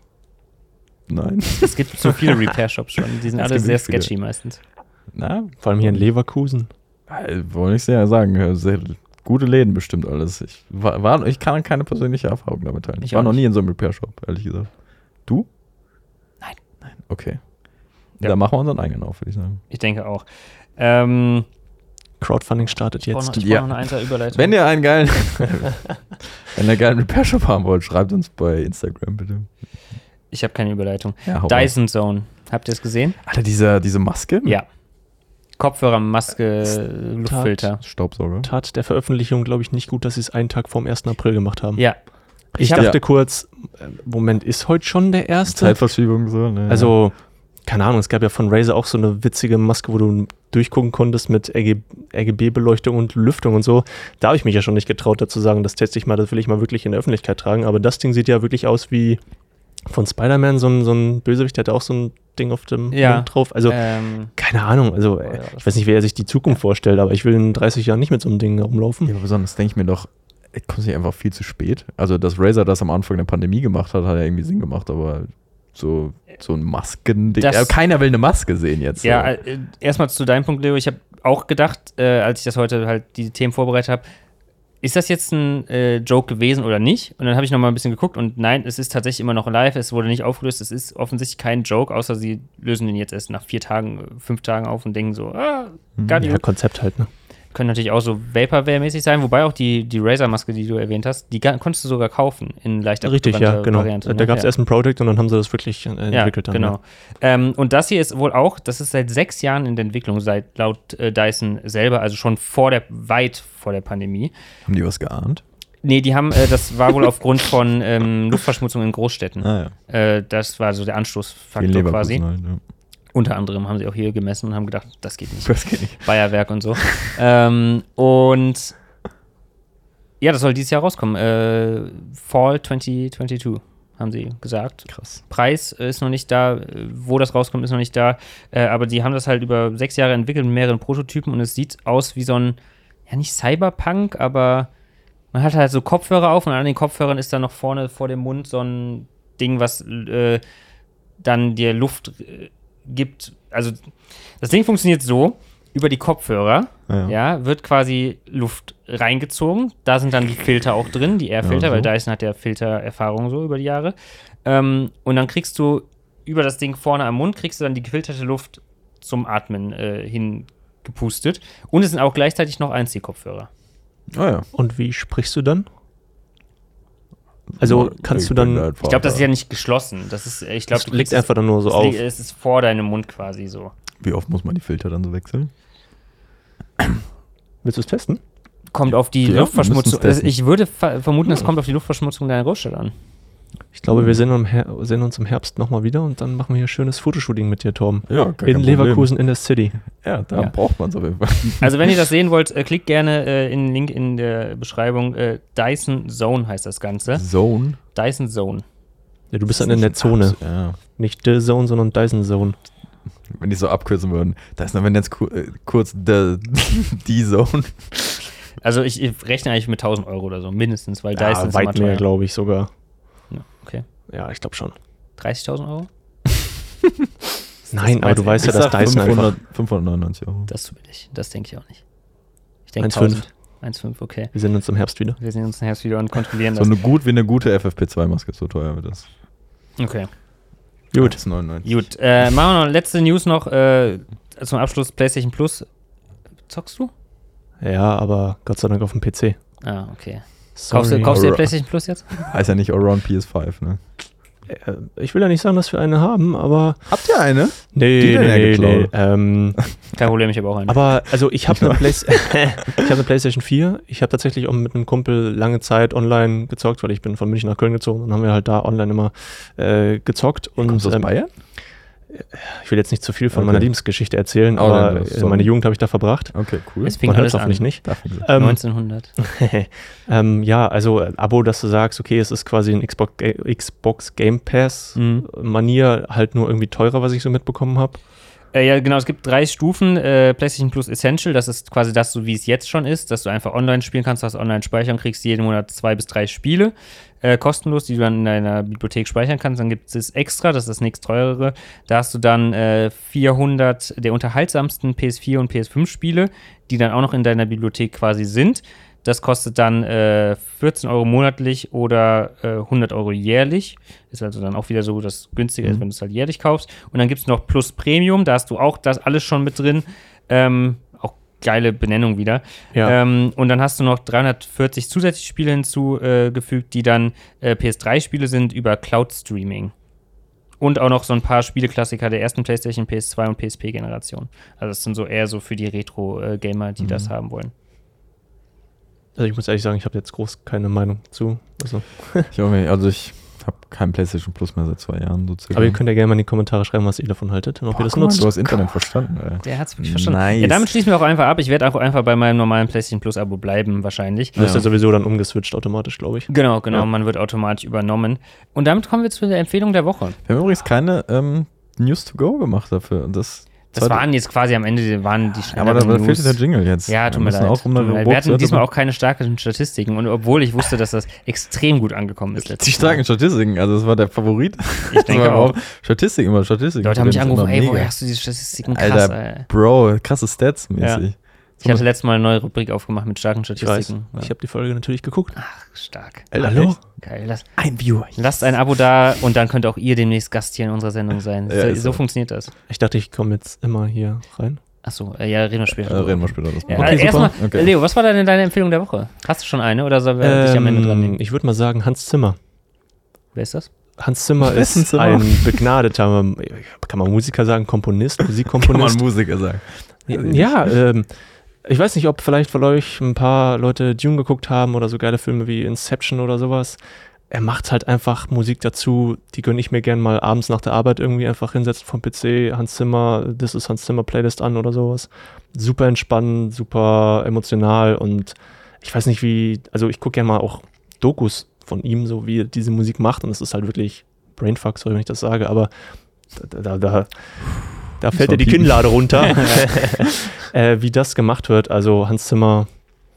Nein. Es gibt so viele Repair-Shops schon, die sind alle sehr sketchy viele. meistens. Na, vor allem hier in Leverkusen. Wollte ich sehr sagen, sehr gute Läden bestimmt alles. Ich, war, war, ich kann keine persönliche Erfahrung damit teilen. Ich, ich war noch nie in so einem Repair-Shop, ehrlich gesagt. Du? Nein. Nein, okay. Ja. Da machen wir unseren eigenen auf, würde ich sagen. Ich denke auch. Ähm, Crowdfunding startet ich jetzt. Ich ja. noch eine Überleitung. Wenn ihr einen geilen, wenn ihr einen geilen Repair-Shop haben wollt, schreibt uns bei Instagram bitte. Ich habe keine Überleitung. Ja, Dyson auf. Zone. Habt ihr es gesehen? Alter, diese, diese Maske? Ja. Kopfhörer, Maske, Luftfilter. Staubsauger. Tat der Veröffentlichung, glaube ich, nicht gut, dass sie es einen Tag vorm ersten April gemacht haben. Ja. Ich, ich dachte ja. kurz, Moment, ist heute schon der erste? Zeitverschiebung so. Ne, also keine Ahnung, es gab ja von Razer auch so eine witzige Maske, wo du durchgucken konntest mit R G B-Beleuchtung und Lüftung und so. Da habe ich mich ja schon nicht getraut, dazu sagen, das teste ich mal, das will ich mal wirklich in der Öffentlichkeit tragen. Aber das Ding sieht ja wirklich aus wie von Spider-Man, so ein, so ein Bösewicht, der hat auch so ein Ding auf dem ja, Mund drauf. Also, ähm, keine Ahnung, also äh, ich weiß nicht, wer sich die Zukunft ja. vorstellt, aber ich will in dreißig Jahren nicht mit so einem Ding rumlaufen. Ja, aber besonders denke ich mir doch, kommt nicht einfach viel zu spät. Also, dass Razer das am Anfang der Pandemie gemacht hat, hat ja irgendwie Sinn gemacht, aber so, so ein Masken-Ding. Ja, keiner will eine Maske sehen jetzt. Ja, so. äh, erstmal zu deinem Punkt, Leo. Ich habe auch gedacht, äh, als ich das heute halt die Themen vorbereitet habe, ist das jetzt ein äh, Joke gewesen oder nicht? Und dann habe ich noch mal ein bisschen geguckt und nein, es ist tatsächlich immer noch live, es wurde nicht aufgelöst, es ist offensichtlich kein Joke, außer sie lösen den jetzt erst nach vier Tagen, fünf Tagen auf und denken so, ah, gar nicht. Ja, Konzept halt, ne? Können natürlich auch so Vaporware-mäßig sein, wobei auch die, die Razer-Maske, die du erwähnt hast, die konntest du sogar kaufen in leichter Richtig, ja, genau. Variante. Da gab es ja. erst ein Projekt und dann haben sie das wirklich äh, entwickelt. Ja, dann, genau. Ja. Ähm, und das hier ist wohl auch, das ist seit sechs Jahren in der Entwicklung, seit laut äh, Dyson selber, also schon vor der, weit vor der Pandemie. Haben die was geahnt? Nee, die haben, äh, das war wohl aufgrund von ähm, Luftverschmutzung in Großstädten. Ah, ja. äh, das war so der Anstoßfaktor quasi. Halt, ja. Unter anderem haben sie auch hier gemessen und haben gedacht, das geht nicht. Das geht nicht. Bayerwerk und so. ähm, und ja, das soll dieses Jahr rauskommen. Äh, Fall zwanzig zweiundzwanzig haben sie gesagt. Krass. Preis ist noch nicht da, wo das rauskommt, ist noch nicht da. Äh, aber die haben das halt über sechs Jahre entwickelt mit mehreren Prototypen und es sieht aus wie so ein, ja nicht Cyberpunk, aber man hat halt so Kopfhörer auf und an den Kopfhörern ist dann noch vorne vor dem Mund so ein Ding, was äh, dann dir Luft äh, gibt. Also das Ding funktioniert so, über die Kopfhörer ja. Ja, wird quasi Luft reingezogen. Da sind dann die Filter auch drin, die Airfilter, ja, so. Weil Dyson hat ja Filtererfahrung so über die Jahre. Ähm, und dann kriegst du über das Ding vorne am Mund, kriegst du dann die gefilterte Luft zum Atmen äh, hingepustet. Und es sind auch gleichzeitig noch Einziehkopfhörer. Ah ja. Und wie sprichst du dann? Also kannst ich du dann. Ich glaube, das ist ja nicht geschlossen. Das ist, ich glaube, es liegt einfach dann nur so auf. Es ist vor deinem Mund quasi so. Wie oft muss man die Filter dann so wechseln? Willst du es testen? Kommt auf die ja, Luftverschmutzung. Also ich würde ver- vermuten, es kommt auf die Luftverschmutzung deiner Großstadt an. Ich glaube, wir sehen, Her- sehen uns im Herbst nochmal wieder und dann machen wir hier ein schönes Fotoshooting mit dir, Torben. Ja, in Leverkusen in der City. Ja, da ja. braucht man es auf jeden Fall. Also wenn ihr das sehen wollt, äh, klickt gerne äh, in den Link in der Beschreibung. Äh, Dyson Zone heißt das Ganze. Zone? Dyson Zone. Ja, du bist dann in der Zone. Ja. Nicht The Zone, sondern Dyson Zone. Wenn die so abkürzen würden. Da ist noch, wenn jetzt ku- äh, kurz the, die Zone. Also ich, ich rechne eigentlich mit tausend Euro oder so, mindestens, weil ja, Dyson ist weit mehr, glaube ich sogar. Ja, okay. Ja, ich glaube schon. dreißigtausend Euro? Nein, aber du weißt ja, dass Dyson einfach... fünfhundertneunundneunzig Euro. Das ist zu billig. Das denke ich auch nicht. Ich denke tausend. eins Komma fünf, okay. Wir sehen uns im Herbst wieder. Wir sehen uns im Herbst wieder und kontrollieren so das. So eine gut wie eine gute F F P zwei Maske, so teuer wird das. Okay. Gut. eins Komma neunundneunzig. Gut. Äh, machen wir noch letzte News noch. Äh, zum Abschluss PlayStation Plus. Zockst du? Ja, aber Gott sei Dank auf dem P C. Ah, okay. Sorry. Kaufst du, kaufst du dir PlayStation Plus jetzt? Heißt ja nicht Around P S fünf, ne? Ich will ja nicht sagen, dass wir eine haben, aber... Habt ihr eine? Nee, Die nee, nee, nee. Ähm, Kein Problem, ich habe auch eine. Aber, also ich habe eine, Play- hab eine PlayStation vier. Ich habe tatsächlich auch mit einem Kumpel lange Zeit online gezockt, weil ich bin von München nach Köln gezogen und haben wir halt da online immer äh, gezockt. Und, Kommst du aus ähm, Bayern? Ich will jetzt nicht zu viel von okay. meiner Lebensgeschichte erzählen, oh, aber nein, so meine Jugend habe ich da verbracht. Okay, cool. Es fing Man hört alles es hoffentlich an. nicht. Ähm, neunzehnhundert. ähm, ja, also Abo, dass du sagst, okay, es ist quasi ein Xbox, Xbox Game Pass mhm. Manier, halt nur irgendwie teurer, was ich so mitbekommen habe. Äh, ja, genau, es gibt drei Stufen. Äh, PlayStation Plus Essential, das ist quasi das, so wie es jetzt schon ist, dass du einfach online spielen kannst, hast online speichern, kriegst jeden Monat zwei bis drei Spiele äh, kostenlos, die du dann in deiner Bibliothek speichern kannst. Dann gibt es Extra, das ist das nächst teurere. Da hast du dann äh, vierhundert der unterhaltsamsten P S vier und P S fünf Spiele, die dann auch noch in deiner Bibliothek quasi sind. Das kostet dann äh, vierzehn Euro monatlich oder äh, hundert Euro jährlich. Ist also dann auch wieder so, dass es günstiger mhm. ist, wenn du es halt jährlich kaufst. Und dann gibt es noch Plus Premium, da hast du auch das alles schon mit drin. Ähm, auch geile Benennung wieder. Ja. Ähm, und dann hast du noch dreihundertvierzig zusätzliche Spiele hinzugefügt, die dann äh, P S drei Spiele sind über Cloud Streaming. Und auch noch so ein paar Spieleklassiker der ersten PlayStation, P S zwei und P S P-Generation. Also das sind so eher so für die Retro-Gamer, die mhm. das haben wollen. Also ich muss ehrlich sagen, ich habe jetzt groß keine Meinung zu. Also, ich auch nicht. Also ich habe kein PlayStation Plus mehr seit zwei Jahren. So aber ihr könnt ja gerne mal in die Kommentare schreiben, was ihr davon haltet und ob Boah, ihr das nutzt. Du hast Internet verstanden. Ey. Der hat es wirklich verstanden. Nice. Ja, damit schließen wir auch einfach ab. Ich werde auch einfach bei meinem normalen PlayStation Plus Abo bleiben wahrscheinlich. Du wirst ja sowieso dann umgeswitcht automatisch, glaube ich. Genau, genau. Ja. Man wird automatisch übernommen. Und damit kommen wir zu der Empfehlung der Woche. Wir haben übrigens keine ähm, News to go gemacht dafür. Und das Das waren jetzt quasi am Ende waren die schnelleren News. Ja, aber da fehlt der Jingle jetzt. Ja, tut mir leid. Auch um wir hatten diesmal auch keine starken Statistiken. Und obwohl ich wusste, dass das extrem gut angekommen ist. Die starken Statistiken, also das war der Favorit. Ich denke auch. Statistiken, immer Statistiken. Leute haben mich angerufen, ey, woher hast du diese Statistiken? Krass, Alter, ey. Bro, krasse Stats mäßig. Ja. Ich hatte letztes Mal eine neue Rubrik aufgemacht mit starken Statistiken. Ich, ich habe die Folge natürlich geguckt. Ach, stark. Alter, hallo? Geil. Lass, ein Viewer. Lasst ein Abo da und dann könnt auch ihr demnächst Gast hier in unserer Sendung sein. Ja, so, so funktioniert das. Ich dachte, ich komme jetzt immer hier rein. Achso, äh, ja, reden wir später. Äh, reden wir später. Das ja, okay, erstmal, okay. Leo, was war denn deine Empfehlung der Woche? Hast du schon eine oder sollen wir ähm, dich am Ende dran nehmen? Ich würde mal sagen Hans Zimmer. Wer ist das? Hans Zimmer ist ein, Zimmer? ein begnadeter, kann man Musiker sagen, Komponist, Musikkomponist. Kann man Musiker sagen. Ja, ja ähm, ich weiß nicht, ob vielleicht von euch ein paar Leute Dune geguckt haben oder so geile Filme wie Inception oder sowas. Er macht halt einfach Musik dazu, die gönne ich mir gern mal abends nach der Arbeit irgendwie einfach hinsetzen vom P C, Hans Zimmer, This is Hans Zimmer Playlist an oder sowas. Super entspannend, super emotional und ich weiß nicht wie, also ich gucke gerne mal auch Dokus von ihm, so wie er diese Musik macht und es ist halt wirklich Brainfuck, sorry, wenn ich das sage, aber da, da, da Da fällt dir die Kinnlade runter, äh, wie das gemacht wird. Also Hans Zimmer,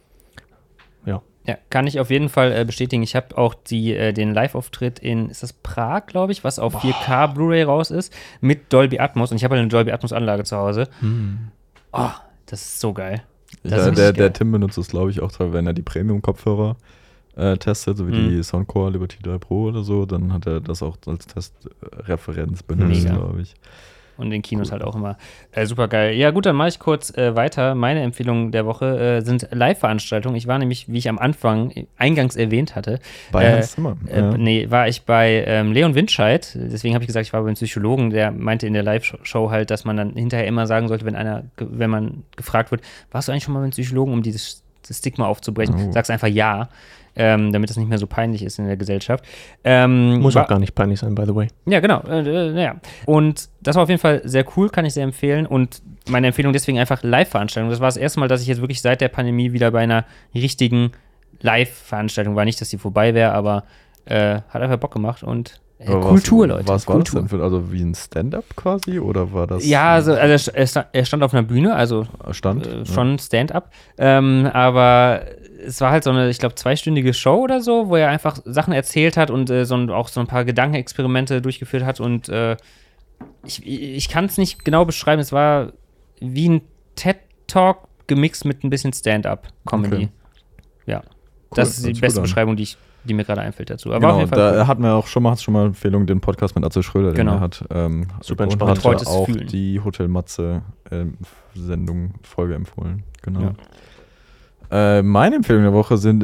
ja. Ja, kann ich auf jeden Fall äh, bestätigen. Ich habe auch die, äh, den Live-Auftritt in, ist das Prag, glaube ich, was auf vier K Blu-ray raus ist, mit Dolby Atmos. Und ich habe halt eine Dolby Atmos-Anlage zu Hause. Hm. Oh, das ist so geil. Ja, der, geil. Der Tim benutzt es, glaube ich, auch, wenn er die Premium-Kopfhörer äh, testet, so wie hm. die Soundcore Liberty drei Pro oder so. Dann hat er das auch als Testreferenz benutzt, glaube ich. Und in Kinos cool. halt auch immer äh, super geil. Ja gut, dann mache ich kurz äh, weiter. Meine Empfehlungen der Woche äh, sind Live-Veranstaltungen. Ich war nämlich, wie ich am Anfang eingangs erwähnt hatte, bei äh, Hans Zimmer. Äh, ja. Nee, war ich bei ähm, Leon Windscheid. Deswegen habe ich gesagt, ich war beim Psychologen. Der meinte in der Live-Show halt, dass man dann hinterher immer sagen sollte, wenn einer, wenn man gefragt wird, warst du eigentlich schon mal beim Psychologen, um dieses das Stigma aufzubrechen? Oh. Sagst einfach ja. Ähm, damit das nicht mehr so peinlich ist in der Gesellschaft. Ähm, Muss auch gar nicht peinlich sein, by the way. Ja, genau. Äh, äh, ja. Und das war auf jeden Fall sehr cool, kann ich sehr empfehlen. Und meine Empfehlung deswegen einfach Live-Veranstaltung. Das war das erste Mal, dass ich jetzt wirklich seit der Pandemie wieder bei einer richtigen Live-Veranstaltung war. Nicht, dass die vorbei wäre, aber äh, hat einfach Bock gemacht und äh, Kultur, was, Leute. Was Kultur. war das denn für, also wie ein Stand-up quasi, oder war das? Ja, also, also er stand auf einer Bühne, also stand, äh, schon ja. Stand-up, ähm, aber es war halt so eine, ich glaube, zweistündige Show oder so, wo er einfach Sachen erzählt hat und äh, so ein, auch so ein paar Gedankenexperimente durchgeführt hat und äh, ich, ich kann es nicht genau beschreiben, es war wie ein TED-Talk gemixt mit ein bisschen Stand-up-Comedy. Okay. Ja, cool, das ist die beste Beschreibung, die ich die mir gerade einfällt dazu. Aber genau, auf jeden Fall da cool. hatten wir auch schon mal, schon mal Empfehlung, den Podcast mit Atze Schröder, genau. den er hat. Ähm, Super entspannt. Und hat auch fühlen. Die Hotel Matze ähm, Sendung, Folge empfohlen. Genau. Ja. Äh, meine Empfehlungen der Woche sind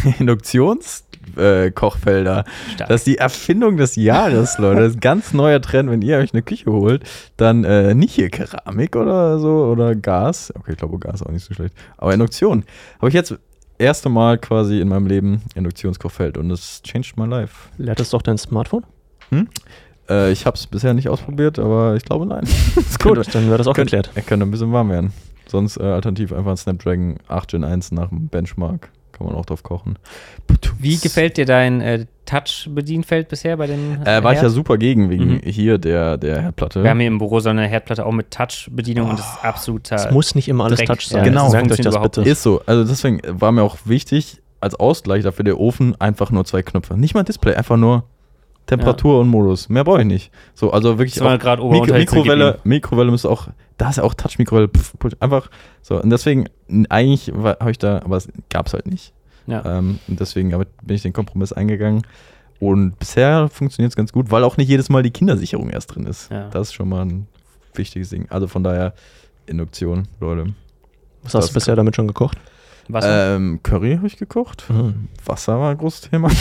Induktionskochfelder. Äh, das ist die Erfindung des Jahres, Leute. Das ist ein ganz neuer Trend, wenn ihr euch eine Küche holt, dann äh, nicht hier Keramik oder so oder Gas. Okay, ich glaube, Gas ist auch nicht so schlecht. Aber Induktion. Habe ich jetzt erste Mal quasi in meinem Leben Induktionskochfeld und es changed my life. Lädt es doch dein Smartphone? Hm? Äh, ich habe es bisher nicht ausprobiert, aber ich glaube nein. Gut, könnte, dann wäre das auch könnte, geklärt. Er könnte ein bisschen warm werden. Sonst äh, alternativ einfach ein Snapdragon acht Gen eins nach dem Benchmark. Kann man auch drauf kochen. Wie gefällt dir dein äh, Touch-Bedienfeld bisher bei dem äh, War Herd? Ich ja super gegen, wegen mhm. hier der, der Herdplatte. Wir haben hier im Büro so eine Herdplatte auch mit Touch-Bedienung oh. und das ist absolut. Es muss nicht immer alles Dreck. Touch sein. Ja, genau, merkt euch das bitte. Ist so. Also deswegen war mir auch wichtig, als Ausgleich dafür der Ofen einfach nur zwei Knöpfe. Nicht mal Display, einfach nur Temperatur ja. und Modus. Mehr brauche ich nicht. So, also wirklich auch Mikro- Mikrowelle, Mikrowelle müsste auch, da ist ja auch Touch-Mikrowelle, einfach so. Und deswegen, eigentlich habe ich da, aber es gab es halt nicht. Ja. Ähm, und deswegen bin ich den Kompromiss eingegangen. Und bisher funktioniert es ganz gut, weil auch nicht jedes Mal die Kindersicherung erst drin ist. Ja. Das ist schon mal ein wichtiges Ding. Also von daher Induktion, Leute. Was hast du bisher damit schon gekocht? Wasser? Ähm, Curry habe ich gekocht. Mhm. Wasser war ein großes Thema.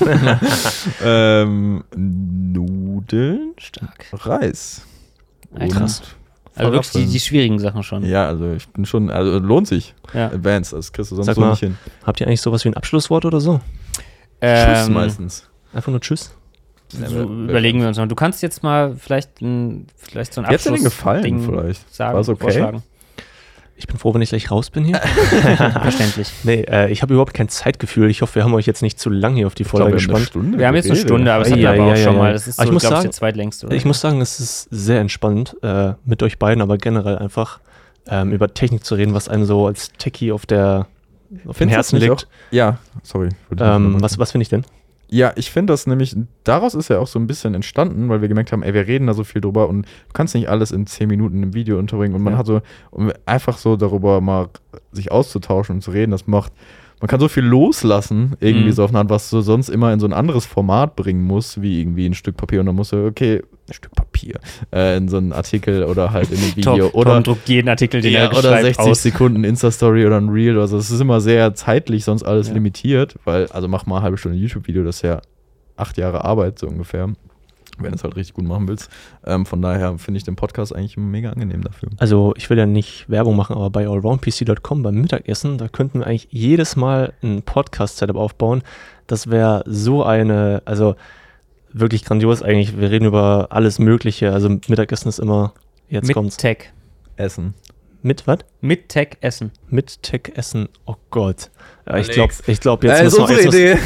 ähm, Nudeln. Stark. Reis. Und krass. Also wirklich die, die schwierigen Sachen schon. Ja, also ich bin schon, also lohnt sich. Ja. Advanced, das kriegst du sonst Sag so mal, nicht hin. Habt ihr eigentlich sowas wie ein Abschlusswort oder so? Ähm, Tschüss meistens. Einfach nur Tschüss? so überlegen wir uns mal. Du kannst jetzt mal vielleicht, ein, vielleicht so ein Abschluss. Jetzt den gefallen Ding vielleicht. Sagen, War's okay? Vorschlagen. Ich bin froh, wenn ich gleich raus bin hier. Verständlich. Nee, äh, ich habe überhaupt kein Zeitgefühl. Ich hoffe, wir haben euch jetzt nicht zu lange hier auf die Folge gespannt. Wir haben jetzt eine Stunde, aber es hat ja, aber auch ja, schon ja. mal. Das ist so, glaube ich, der zweitlängste. Oder? Ich muss sagen, es ist sehr entspannt äh, mit euch beiden, aber generell einfach ähm, über Technik zu reden, was einem so als Techie auf der auf dem Herzen liegt. Auch? Ja, sorry. Ähm, was was finde ich denn? Ja, ich finde das nämlich, daraus ist ja auch so ein bisschen entstanden, weil wir gemerkt haben, ey, wir reden da so viel drüber und du kannst nicht alles in zehn Minuten im Video unterbringen und man ja. hat so, um einfach so darüber mal sich auszutauschen und zu reden, das macht, man kann so viel loslassen, irgendwie mhm. so auf eine Art, was du sonst immer in so ein anderes Format bringen musst, wie irgendwie ein Stück Papier und dann musst du, okay, ein Stück Papier, äh, in so einen Artikel oder halt in ein Video. Top, oder Tom druckt jeden Artikel, den ja, er oder schreibt, sechzig aus. Sekunden Insta-Story oder ein Reel oder so. Das ist immer sehr zeitlich sonst alles ja. limitiert, weil, also mach mal eine halbe Stunde YouTube-Video, das ist ja acht Jahre Arbeit so ungefähr, wenn du es halt richtig gut machen willst. Ähm, von daher finde ich den Podcast eigentlich mega angenehm dafür. Also ich will ja nicht Werbung machen, aber bei allround p c dot com beim Mittagessen, da könnten wir eigentlich jedes Mal ein Podcast-Setup aufbauen. Das wäre so eine, also wirklich grandios eigentlich. Wir reden über alles Mögliche. Also Mittagessen ist immer, jetzt Mit kommt's. Tech. Essen. Mit was? Mit Tech essen. Mit Tech essen. Oh Gott. Ja, ich glaube, ich glaub, jetzt äh, müssen wir jetzt Idee.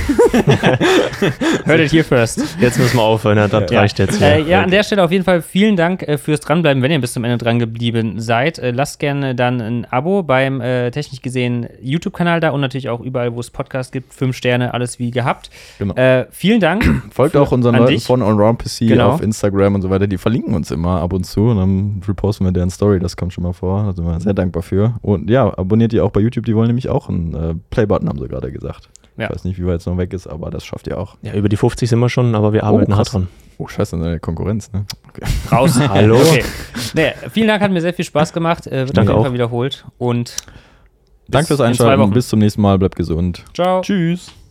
Hört it here first. Jetzt müssen wir aufhören, ja, das ja. reicht jetzt. Äh, ja, an der Stelle auf jeden Fall vielen Dank äh, fürs Dranbleiben, wenn ihr bis zum Ende dran geblieben seid. Äh, lasst gerne dann ein Abo beim äh, technisch gesehen YouTube-Kanal da und natürlich auch überall, wo es Podcasts gibt. Fünf Sterne, alles wie gehabt. Genau. Äh, vielen Dank. Folgt auch unseren Leuten dich. von Allround P C genau. auf Instagram und so weiter. Die verlinken uns immer ab und zu und dann reposten wir deren Story. Das kommt schon mal vor. Da sind wir sehr dankbar für. Und ja, abonniert ihr auch bei YouTube. Die wollen nämlich auch einen äh, Play-Button, haben sie gerade gesagt. Ja. Ich weiß nicht, wie weit es noch weg ist, aber das schafft ihr auch. Ja, über die fünfzig sind wir schon, aber wir arbeiten oh, hart dran. Oh, scheiße, eine Konkurrenz, ne? Okay. Raus. Hallo. Okay. Nee, vielen Dank, hat mir sehr viel Spaß gemacht. Äh, wird auf jeden auch. Fall wiederholt. Und Danke fürs Einschalten. Bis zum nächsten Mal. Bleibt gesund. Ciao. Tschüss.